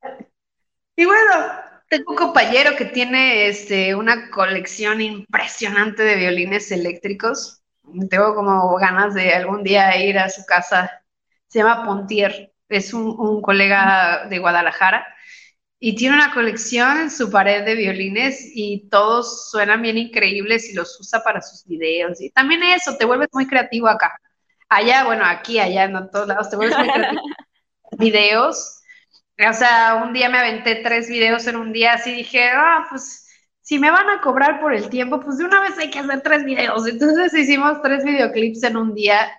C: Y bueno, tengo un compañero que tiene una colección impresionante de violines eléctricos. Tengo como ganas de algún día ir a su casa. Se llama Pontier, es un colega de Guadalajara y tiene una colección en su pared de violines y todos suenan bien increíbles y los usa para sus videos. Y también eso, te vuelves muy creativo acá. Allá, bueno, aquí, allá, en todos lados, te vuelves muy creativo. Videos. O sea, un día me aventé 3 videos en un día, así dije, pues si me van a cobrar por el tiempo, pues de una vez hay que hacer 3 videos. Entonces hicimos 3 videoclips en un día.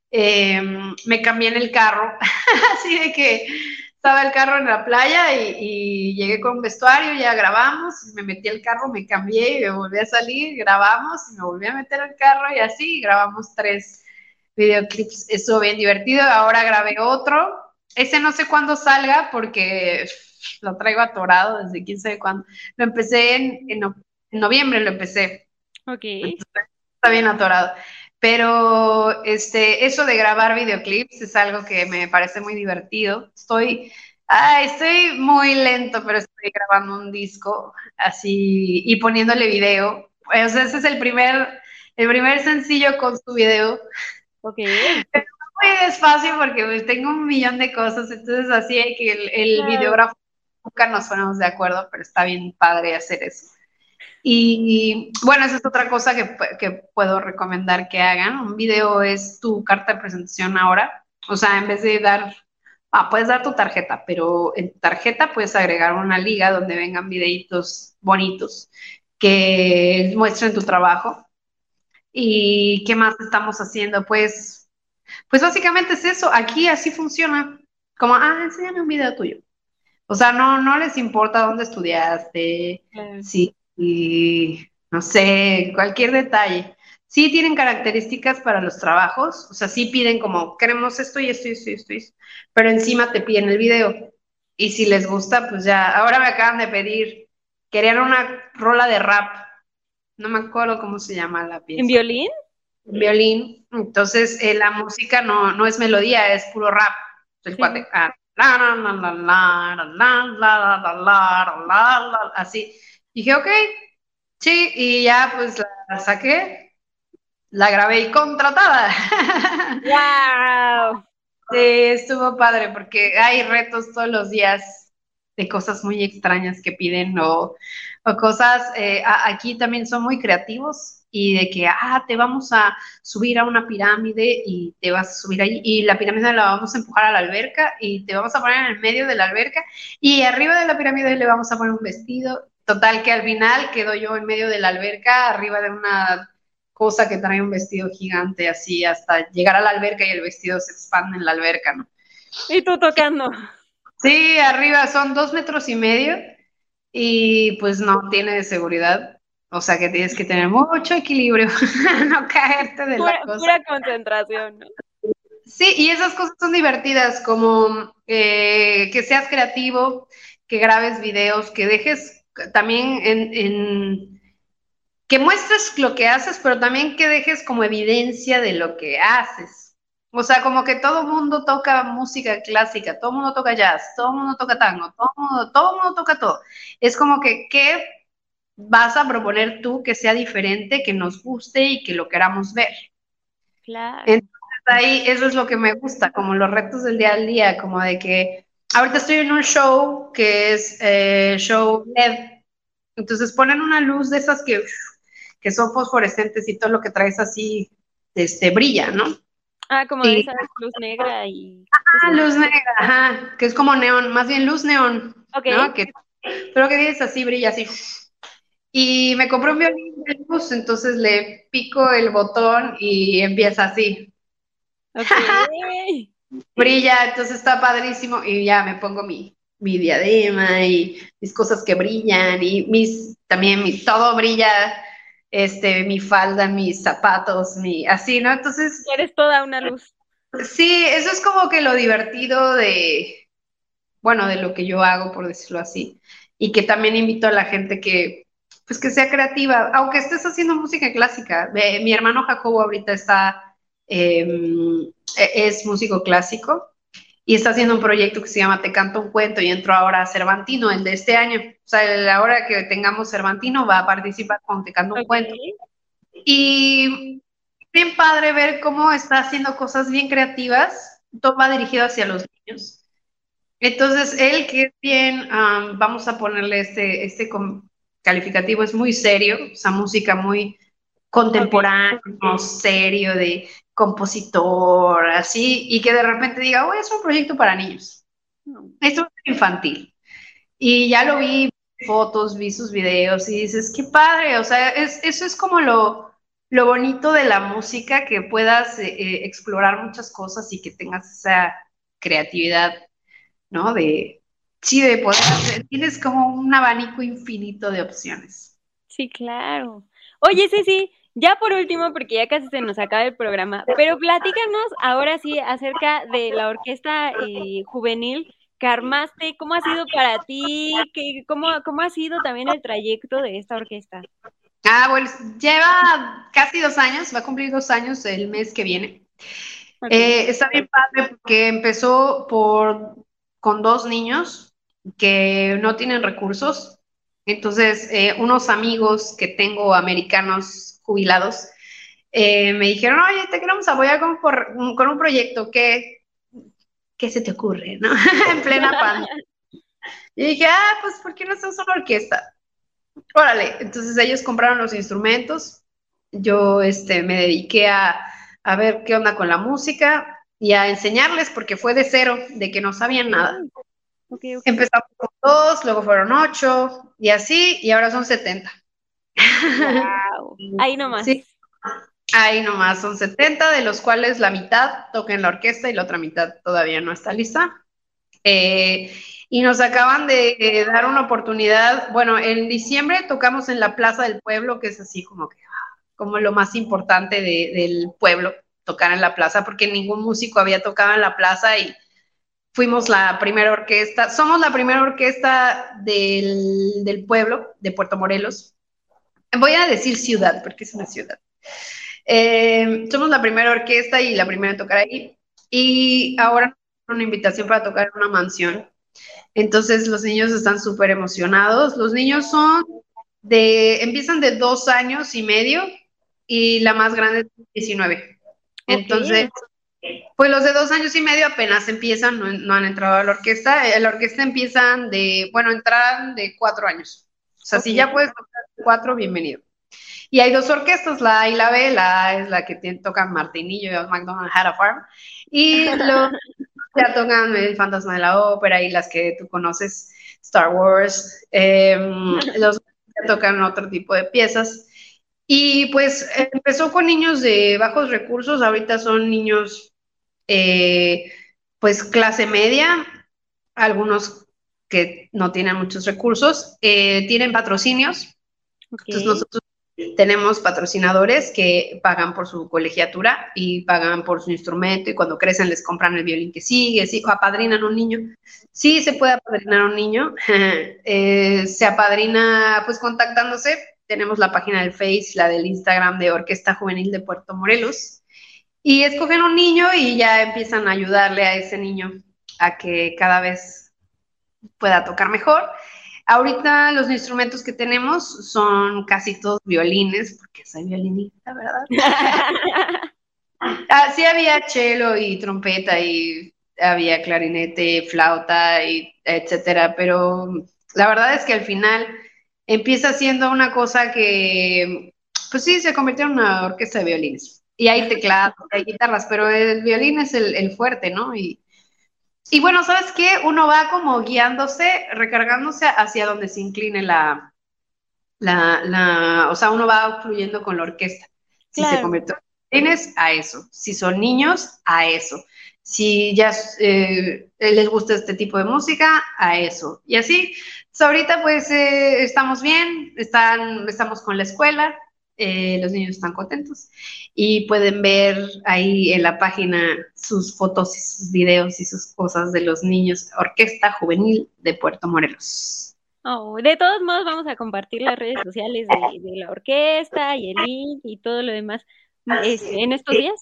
C: Me cambié en el carro, así de que estaba el carro en la playa y llegué con vestuario, ya grabamos, me metí al carro, me cambié y me volví a salir, grabamos y me volví a meter al carro y así grabamos 3 videoclips. Estuvo bien divertido. Ahora grabé otro. Ese no sé cuándo salga porque lo traigo atorado desde quién sabe cuándo. Lo empecé en noviembre, lo empecé.
B: Ok.
C: Está bien atorado. Pero eso de grabar videoclips es algo que me parece muy divertido. Estoy muy lento, pero estoy grabando un disco así y poniéndole video. O sea, ese es el primer sencillo con su video.
B: Ok.
C: Muy despacio porque pues, tengo un millón de cosas, entonces así hay que el
B: Claro.
C: videógrafo nunca nos ponemos de acuerdo, pero está bien padre hacer eso. Y bueno, esa es otra cosa que puedo recomendar que hagan. Un video es tu carta de presentación ahora. O sea, en vez de puedes dar tu tarjeta, pero en tu tarjeta puedes agregar una liga donde vengan videitos bonitos que muestren tu trabajo. ¿Y qué más estamos haciendo? Pues básicamente es eso. Aquí así funciona. Como, enséñame un video tuyo. O sea, no les importa dónde estudiaste,
B: Claro.
C: sí, y no sé, cualquier detalle. Sí tienen características para los trabajos, o sea, sí piden como, queremos esto y esto y esto y esto, y esto, pero encima te piden el video. Y si les gusta, pues ya, ahora me acaban de pedir, querían una rola de rap, no me acuerdo cómo se llama la
B: ¿En
C: pieza,
B: violín?
C: violín. Entonces, la música no es melodía, es puro rap. El
B: Sí.
C: cuate, la, la, la, la, la, la, la, la, la, la, la, así. Dije, ok, sí, y ya pues la saqué, la grabé y contratada.
B: ¡Wow!
C: Sí, estuvo padre porque hay retos todos los días de cosas muy extrañas que piden o cosas, aquí también son muy creativos y de que, te vamos a subir a una pirámide y te vas a subir ahí y la pirámide la vamos a empujar a la alberca y te vamos a poner en el medio de la alberca y arriba de la pirámide le vamos a poner un vestido. Total que al final quedo yo en medio de la alberca, arriba de una cosa que trae un vestido gigante así hasta llegar a la alberca y el vestido se expande en la alberca, ¿no?
B: Y tú tocando.
C: Sí, arriba son 2 metros y medio y pues no tiene de seguridad, o sea que tienes que tener mucho equilibrio, no caerte de la
B: Pura,
C: cosa.
B: pura concentración, ¿no?
C: Sí, y esas cosas son divertidas, como que seas creativo, que grabes videos, que dejes también que muestres lo que haces, pero también que dejes como evidencia de lo que haces. O sea, como que todo mundo toca música clásica, todo mundo toca jazz, todo mundo toca tango, todo mundo toca todo. Es como que, ¿qué vas a proponer tú que sea diferente, que nos guste y que lo queramos ver?
B: Claro.
C: Entonces ahí eso es lo que me gusta, como los retos del día al día, como de que ahorita estoy en un show que es show LED. Entonces ponen una luz de esas que son fosforescentes y todo lo que traes así, brilla, ¿no?
B: Como de
C: Y
B: esa luz negra y cosas
C: luz
B: así.
C: negra, ajá, que es como neón, más bien luz neón,
B: Ok,
C: ¿no? Pero que tienes así, brilla así. Y me compré un violín de luz, entonces le pico el botón y empieza así.
B: ok.
C: Brilla, entonces está padrísimo y ya me pongo mi mi diadema y mis cosas que brillan y todo brilla, mi falda, mis zapatos, así, ¿no? Entonces,
B: Eres toda una luz.
C: sí, eso es como que lo divertido bueno, de lo que yo hago, por decirlo así, y que también invito a la gente pues que sea creativa, aunque estés haciendo música clásica. Mi hermano Jacobo ahorita es músico clásico y está haciendo un proyecto que se llama Te canto un cuento y entró ahora a Cervantino, el de este año. O sea, ahora que tengamos Cervantino va a participar con Te canto un
B: Ok.
C: cuento. Y bien padre ver cómo está haciendo cosas bien creativas, todo va dirigido hacia los niños. Entonces, él que es bien, vamos a ponerle calificativo, es muy serio, o sea, música muy contemporánea, serio, de compositor, así, y que de repente diga, oh, es un proyecto para niños, esto es infantil. Y ya lo vi, fotos, vi sus videos y dices, qué padre, o sea, eso es como lo bonito de la música, que puedas explorar muchas cosas y que tengas esa creatividad, ¿no? Sí, de poder hacer, tienes como un abanico infinito de opciones.
B: Sí, claro. Oye, sí, ya por último, porque ya casi se nos acaba el programa, pero platícanos ahora sí acerca de la orquesta juvenil que armaste, ¿cómo ha sido para ti? ¿Cómo ha sido también el trayecto de esta orquesta?
C: Bueno, lleva casi 2 años, va a cumplir 2 años el mes que viene.
B: Okay.
C: Está bien padre porque empezó con 2 niños que no tienen recursos. Entonces, unos amigos que tengo americanos jubilados me dijeron, oye, te queremos apoyar con un proyecto. ¿Qué se te ocurre, no? En plena pandemia. Y dije, pues, ¿por qué no hacemos una orquesta? Órale, entonces ellos compraron los instrumentos, yo me dediqué a ver qué onda con la música y a enseñarles porque fue de cero, de que no sabían nada.
B: Ok.
C: Empezamos con 2, luego fueron 8 y así, y ahora son 70.
B: Wow. Ahí nomás.
C: Sí, ahí nomás son 70, de los cuales la mitad toca en la orquesta y la otra mitad todavía no está lista. Y nos acaban de dar una oportunidad. Bueno, en diciembre tocamos en la Plaza del Pueblo, que es así como lo más importante del pueblo, tocar en la plaza, porque ningún músico había tocado en la plaza y fuimos la primera orquesta, somos la primera orquesta del pueblo, de Puerto Morelos. Voy a decir ciudad, porque es una ciudad. Somos la primera orquesta y la primera en tocar ahí. Y ahora una invitación para tocar en una mansión. Entonces los niños están súper emocionados. Los niños empiezan de 2 años y medio y la más grande es 19. Entonces,
B: Ok.
C: pues los de 2 años y medio apenas empiezan, no han entrado a la orquesta. La orquesta entran de 4 años. O sea, si
B: Ok.
C: ya puedes tocar 4, bienvenido. Y hay 2 orquestas, la A y la B. La A es la que tocan Martinillo y McDonald Had a Farm. Y los ya tocan El Fantasma de la Ópera y las que tú conoces, Star Wars. Los ya tocan otro tipo de piezas. Y pues empezó con niños de bajos recursos, ahorita son niños pues clase media, algunos que no tienen muchos recursos, tienen patrocinios. Entonces
B: Ok.
C: nosotros tenemos patrocinadores que pagan por su colegiatura y pagan por su instrumento y cuando crecen les compran el violín que sigue, sí, o apadrinan un niño. Sí, se puede apadrinar un niño. Se apadrina pues contactándose. Tenemos la página del Face, la del Instagram de Orquesta Juvenil de Puerto Morelos. Y escogen un niño y ya empiezan a ayudarle a ese niño a que cada vez pueda tocar mejor. Ahorita los instrumentos que tenemos son casi todos violines, porque soy violinista, ¿verdad? Sí había cello y trompeta y había clarinete, flauta y etcétera, pero la verdad es que al final empieza siendo una cosa que, pues sí, se convirtió en una orquesta de violines. Y hay teclados, hay guitarras, pero el violín es el fuerte, ¿no? Y bueno, ¿sabes qué? Uno va como guiándose, recargándose hacia donde se incline o sea, uno va fluyendo con la orquesta. Si se
B: Claro.
C: convierte en violines, a eso. Si son niños, a eso. si ya les gusta este tipo de música, a eso. Y así, pues ahorita pues estamos bien, estamos con la escuela, los niños están contentos y pueden ver ahí en la página sus fotos y sus videos y sus cosas de los niños Orquesta Juvenil de Puerto Morelos.
B: Oh, de todos modos vamos a compartir las redes sociales de la orquesta y el link y todo lo demás en estos días.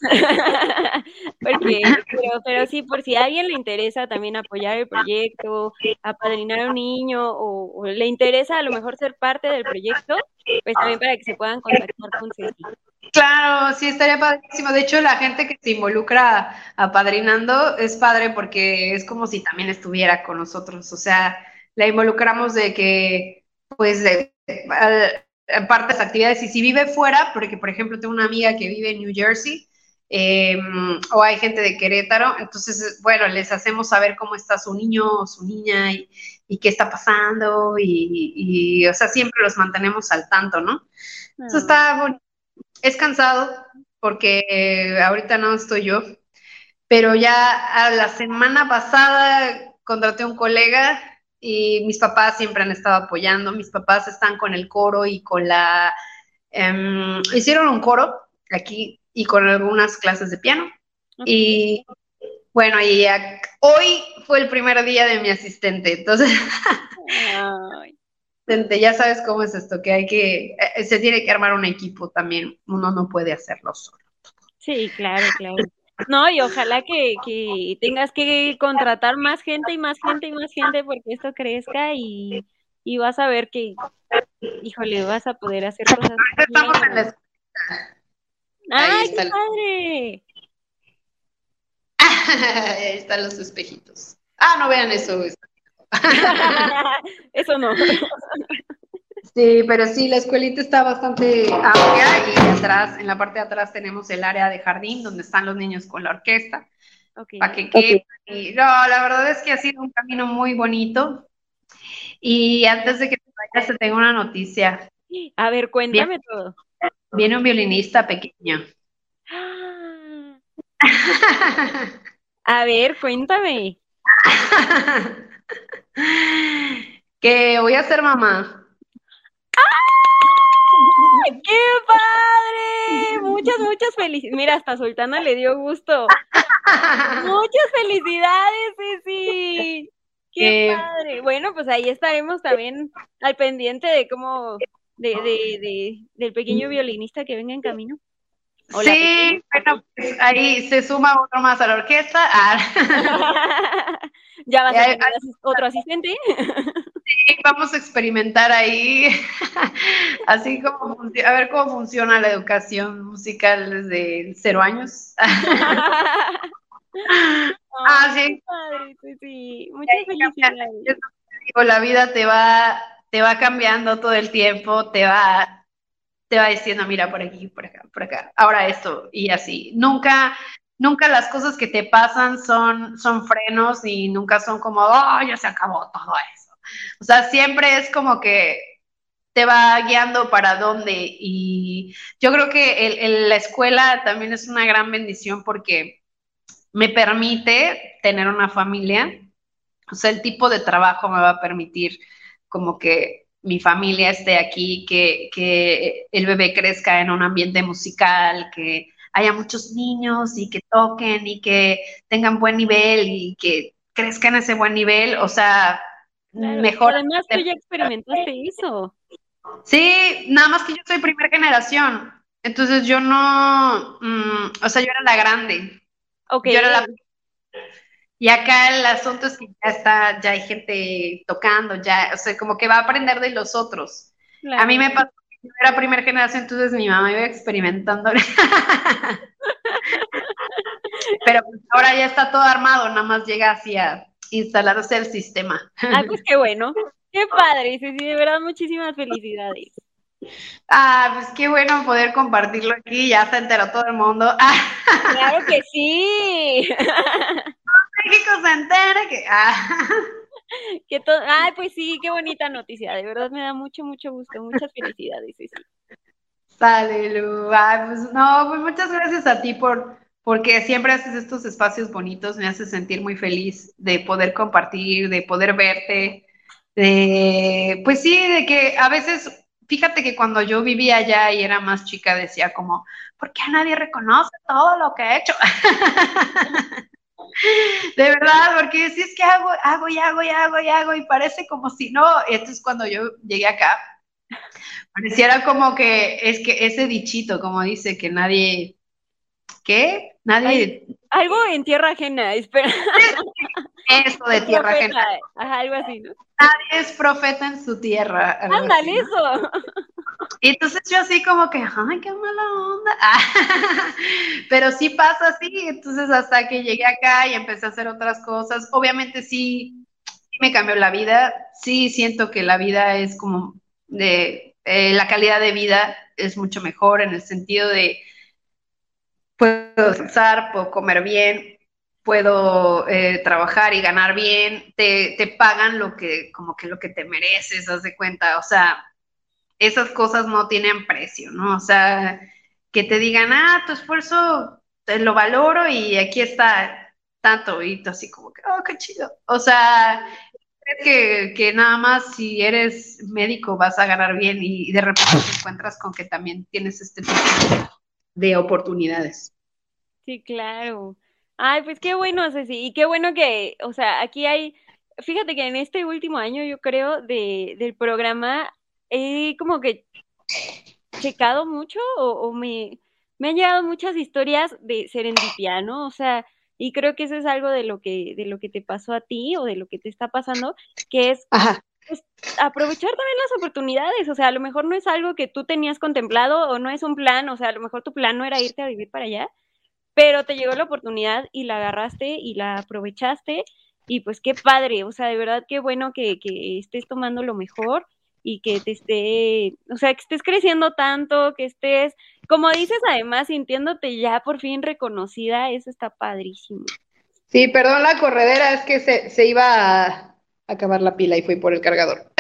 B: Pero sí, por si a alguien le interesa también apoyar el proyecto, apadrinar a un niño o le interesa a lo mejor ser parte del proyecto, pues también para que se puedan contactar con Ceci.
C: Claro, sí, estaría padrísimo. De hecho, la gente que se involucra apadrinando es padre porque es como si también estuviera con nosotros. O sea, la involucramos de que, pues, partes actividades. Y si vive fuera, porque, por ejemplo, tengo una amiga que vive en New Jersey, o hay gente de Querétaro, entonces, bueno, les hacemos saber cómo está su niño o su niña y qué está pasando o sea, siempre los mantenemos al tanto, ¿no? Eso está bonito. Es cansado porque ahorita no estoy yo, pero ya a la semana pasada contraté a un colega y mis papás siempre han estado apoyando. Mis papás están con el coro y con hicieron un coro aquí y con algunas clases de piano. Okay. Y bueno, hoy fue el primer día de mi asistente, entonces... Ay. Ya sabes cómo es esto, que se tiene que armar un equipo también, uno no puede hacerlo solo.
B: Sí, claro. No, y ojalá que tengas que contratar más gente y más gente y más gente porque esto crezca y vas a ver que, híjole, vas a poder hacer cosas.
C: Estamos en la escuela.
B: ¡Ay, qué padre!
C: Ahí están los espejitos. No vean eso.
B: Eso no.
C: Sí, pero sí, la escuelita está bastante amplia y atrás, en la parte de atrás tenemos el área de jardín donde están los niños con la orquesta. Okay. Para que quede. Okay. No, la verdad es que ha sido un camino muy bonito. Y antes de que te vayas, te tengo una noticia.
B: A ver, cuéntame todo.
C: Viene un violinista pequeño.
B: A ver, cuéntame.
C: Que voy a ser mamá.
B: ¡Ay, qué padre! Muchas felicidades. Mira, hasta Sultana le dio gusto. Muchas felicidades, Ceci. ¡Qué padre! Bueno, pues ahí estaremos también al pendiente de cómo, del pequeño violinista que venga en camino.
C: Hola, sí, bueno, pues ahí se suma otro más a la orquesta.
B: Ya vas a tener otro asistente.
C: Sí, vamos a experimentar ahí, así como a ver cómo funciona la educación musical desde 0 años. Sí.
B: Padre, sí. Muchas felicidades.
C: La vida te va cambiando todo el tiempo, te va diciendo, mira, por aquí, por acá, ahora esto, y así. Nunca las cosas que te pasan son frenos y nunca son como, ya se acabó todo eso. O sea, siempre es como que te va guiando para dónde. Y yo creo que la escuela también es una gran bendición porque me permite tener una familia. O sea, el tipo de trabajo me va a permitir como que mi familia esté aquí, que el bebé crezca en un ambiente musical, que haya muchos niños y que toquen y que tengan buen nivel y que crezcan ese buen nivel, o sea,
B: claro,
C: mejor.
B: Además tú ya experimentaste eso.
C: Sí, nada más que yo soy primera generación, entonces yo no, o sea, yo era la grande.
B: Okay.
C: Yo era la... Y acá el asunto es que ya hay gente tocando, o sea, como que va a aprender de los otros. Claro. A mí me pasó que yo era primera generación, entonces mi mamá iba experimentando. Pero pues ahora ya está todo armado, nada más llega así a instalarse el sistema.
B: Pues qué bueno, qué padre, sí, de verdad, muchísimas felicidades.
C: Pues qué bueno poder compartirlo aquí, ya se enteró todo el mundo.
B: Claro que sí.
C: México se entera que...
B: pues sí, qué bonita noticia, de verdad me da mucho gusto, muchas felicidades, sí.
C: Sale, Lu. Pues no, pues muchas gracias a ti por porque siempre haces estos espacios bonitos, me hace sentir muy feliz de poder compartir, de poder verte, pues sí, de que a veces, fíjate que cuando yo vivía allá y era más chica decía como, ¿por qué nadie reconoce todo lo que he hecho? De verdad, porque si es que hago y parece como si no. Entonces cuando yo llegué acá, pareciera como que ese dichito, como dice, que nadie, ¿qué?
B: Ay,
C: Nadie,
B: algo en tierra ajena, espera.
C: eso de
B: Es
C: tierra ajena,
B: profeta, ajá, algo así, ¿no?
C: nadie es profeta en su tierra, algo
B: Ándale,
C: así, ¿no?
B: eso.
C: Y entonces yo así como que, ay, qué mala onda. Pero sí pasa así, entonces hasta que llegué acá y empecé a hacer otras cosas, obviamente sí me cambió la vida, sí siento que la vida es como la calidad de vida es mucho mejor en el sentido de puedo descansar, puedo comer bien, puedo trabajar y ganar bien, te pagan como que lo que te mereces, haz de cuenta, o sea, esas cosas no tienen precio, ¿no? O sea, que te digan, tu esfuerzo te lo valoro y aquí está tanto, y tú así como que, oh, qué chido. O sea, que nada más si eres médico vas a ganar bien y de repente te encuentras con que también tienes este tipo de oportunidades.
B: Sí, claro. Ay, pues qué bueno, Ceci, y qué bueno que, o sea, aquí hay, fíjate que en este último año, yo creo, del programa, he como que checado mucho me han llegado muchas historias de serendipia, ¿no? O sea, y creo que eso es algo de lo que te pasó a ti o de lo que te está pasando, que es
C: Ajá.
B: pues, aprovechar también las oportunidades, o sea, a lo mejor no es algo que tú tenías contemplado o no es un plan, o sea, a lo mejor tu plan no era irte a vivir para allá, pero te llegó la oportunidad y la agarraste y la aprovechaste y pues qué padre, o sea, de verdad qué bueno que estés tomando lo mejor y que te esté, o sea, que estés creciendo tanto, que estés, como dices, además sintiéndote ya por fin reconocida, eso está padrísimo.
C: Sí, perdón la corredera, es que se iba a acabar la pila y fui por el cargador.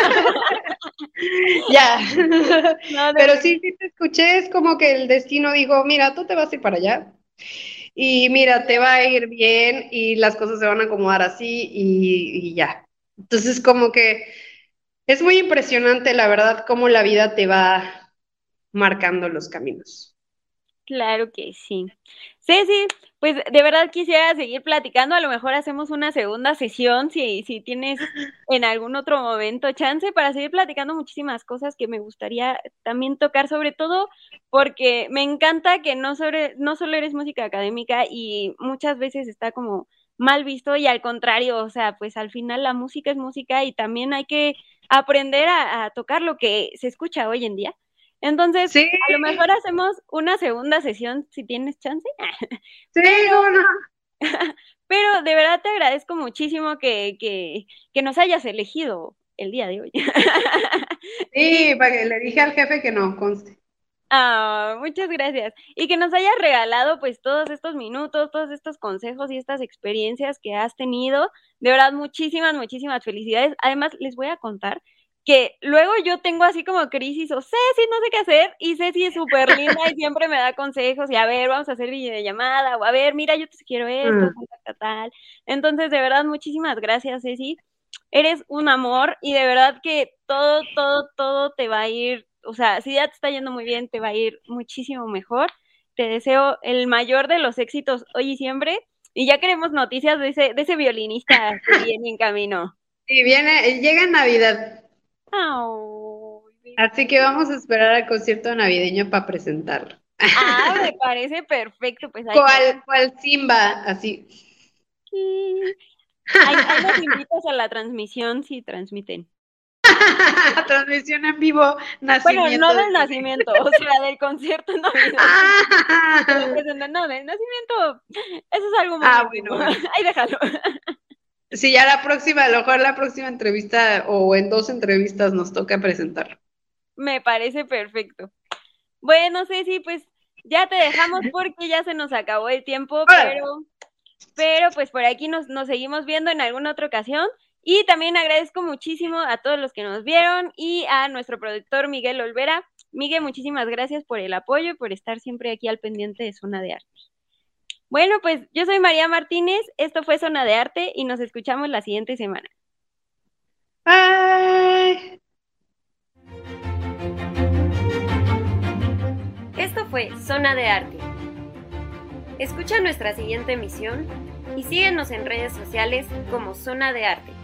C: Ya.
B: No, de
C: Pero
B: verdad.
C: sí te escuché, es como que el destino dijo, mira, tú te vas a ir para allá y mira, te va a ir bien y las cosas se van a acomodar así y ya. Entonces, como que es muy impresionante, la verdad, cómo la vida te va marcando los caminos.
B: Claro que sí. Ceci, pues de verdad quisiera seguir platicando, a lo mejor hacemos una segunda sesión si tienes en algún otro momento chance para seguir platicando muchísimas cosas que me gustaría también tocar, sobre todo porque me encanta que no solo eres música académica y muchas veces está como mal visto y al contrario, o sea, pues al final la música es música y también hay que aprender a tocar lo que se escucha hoy en día. Entonces,
C: Sí,
B: a lo mejor hacemos una segunda sesión si tienes chance,
C: sí,
B: pero,
C: cómo no.
B: pero de verdad te agradezco muchísimo que nos hayas elegido el día de hoy. Y
C: Sí, para que le dije al jefe que no conste.
B: muchas gracias. Y que nos hayas regalado pues todos estos minutos, todos estos consejos y estas experiencias que has tenido. De verdad, muchísimas, muchísimas felicidades. Además, les voy a contar que luego yo tengo así como crisis o Ceci, no sé qué hacer, y Ceci es súper linda y siempre me da consejos y a ver, vamos a hacer videollamada o a ver, mira, yo te sugiero esto,
C: Mm.
B: tal, tal, tal. Entonces, de verdad, muchísimas gracias, Ceci. Eres un amor y de verdad que todo, todo, todo te va a ir, o sea, si ya te está yendo muy bien, te va a ir muchísimo mejor. Te deseo el mayor de los éxitos hoy y siempre. Y ya queremos noticias de ese violinista que viene en camino.
C: Sí, llega Navidad,
B: Ay,
C: así que vamos a esperar al concierto navideño para presentarlo.
B: me parece perfecto. Pues
C: ¿Cuál Simba? Así.
B: sí. Ahí nos invitas a la transmisión si transmiten.
C: Transmisión en vivo,
B: Bueno, no
C: nacimiento de
B: del
C: bebé.
B: nacimiento, o sea, del concierto navideño. Que lo presentan, no, del nacimiento, eso es algo muy íntimo.
C: Bueno, bueno.
B: Ahí déjalo.
C: Sí, ya a lo mejor la próxima entrevista o en dos entrevistas nos toca presentarlo.
B: Me parece perfecto. Bueno, Ceci, pues ya te dejamos porque ya se nos acabó el tiempo,
C: Órale.
B: pero pues por aquí nos seguimos viendo en alguna otra ocasión. Y también agradezco muchísimo a todos los que nos vieron y a nuestro productor Miguel Olvera. Miguel, muchísimas gracias por el apoyo y por estar siempre aquí al pendiente de Zona de Arte. Bueno, pues yo soy María Martínez, esto fue Zona de Arte y nos escuchamos la siguiente semana.
C: Bye.
D: Esto fue Zona de Arte. Escucha nuestra siguiente emisión y síguenos en redes sociales como Zona de Arte.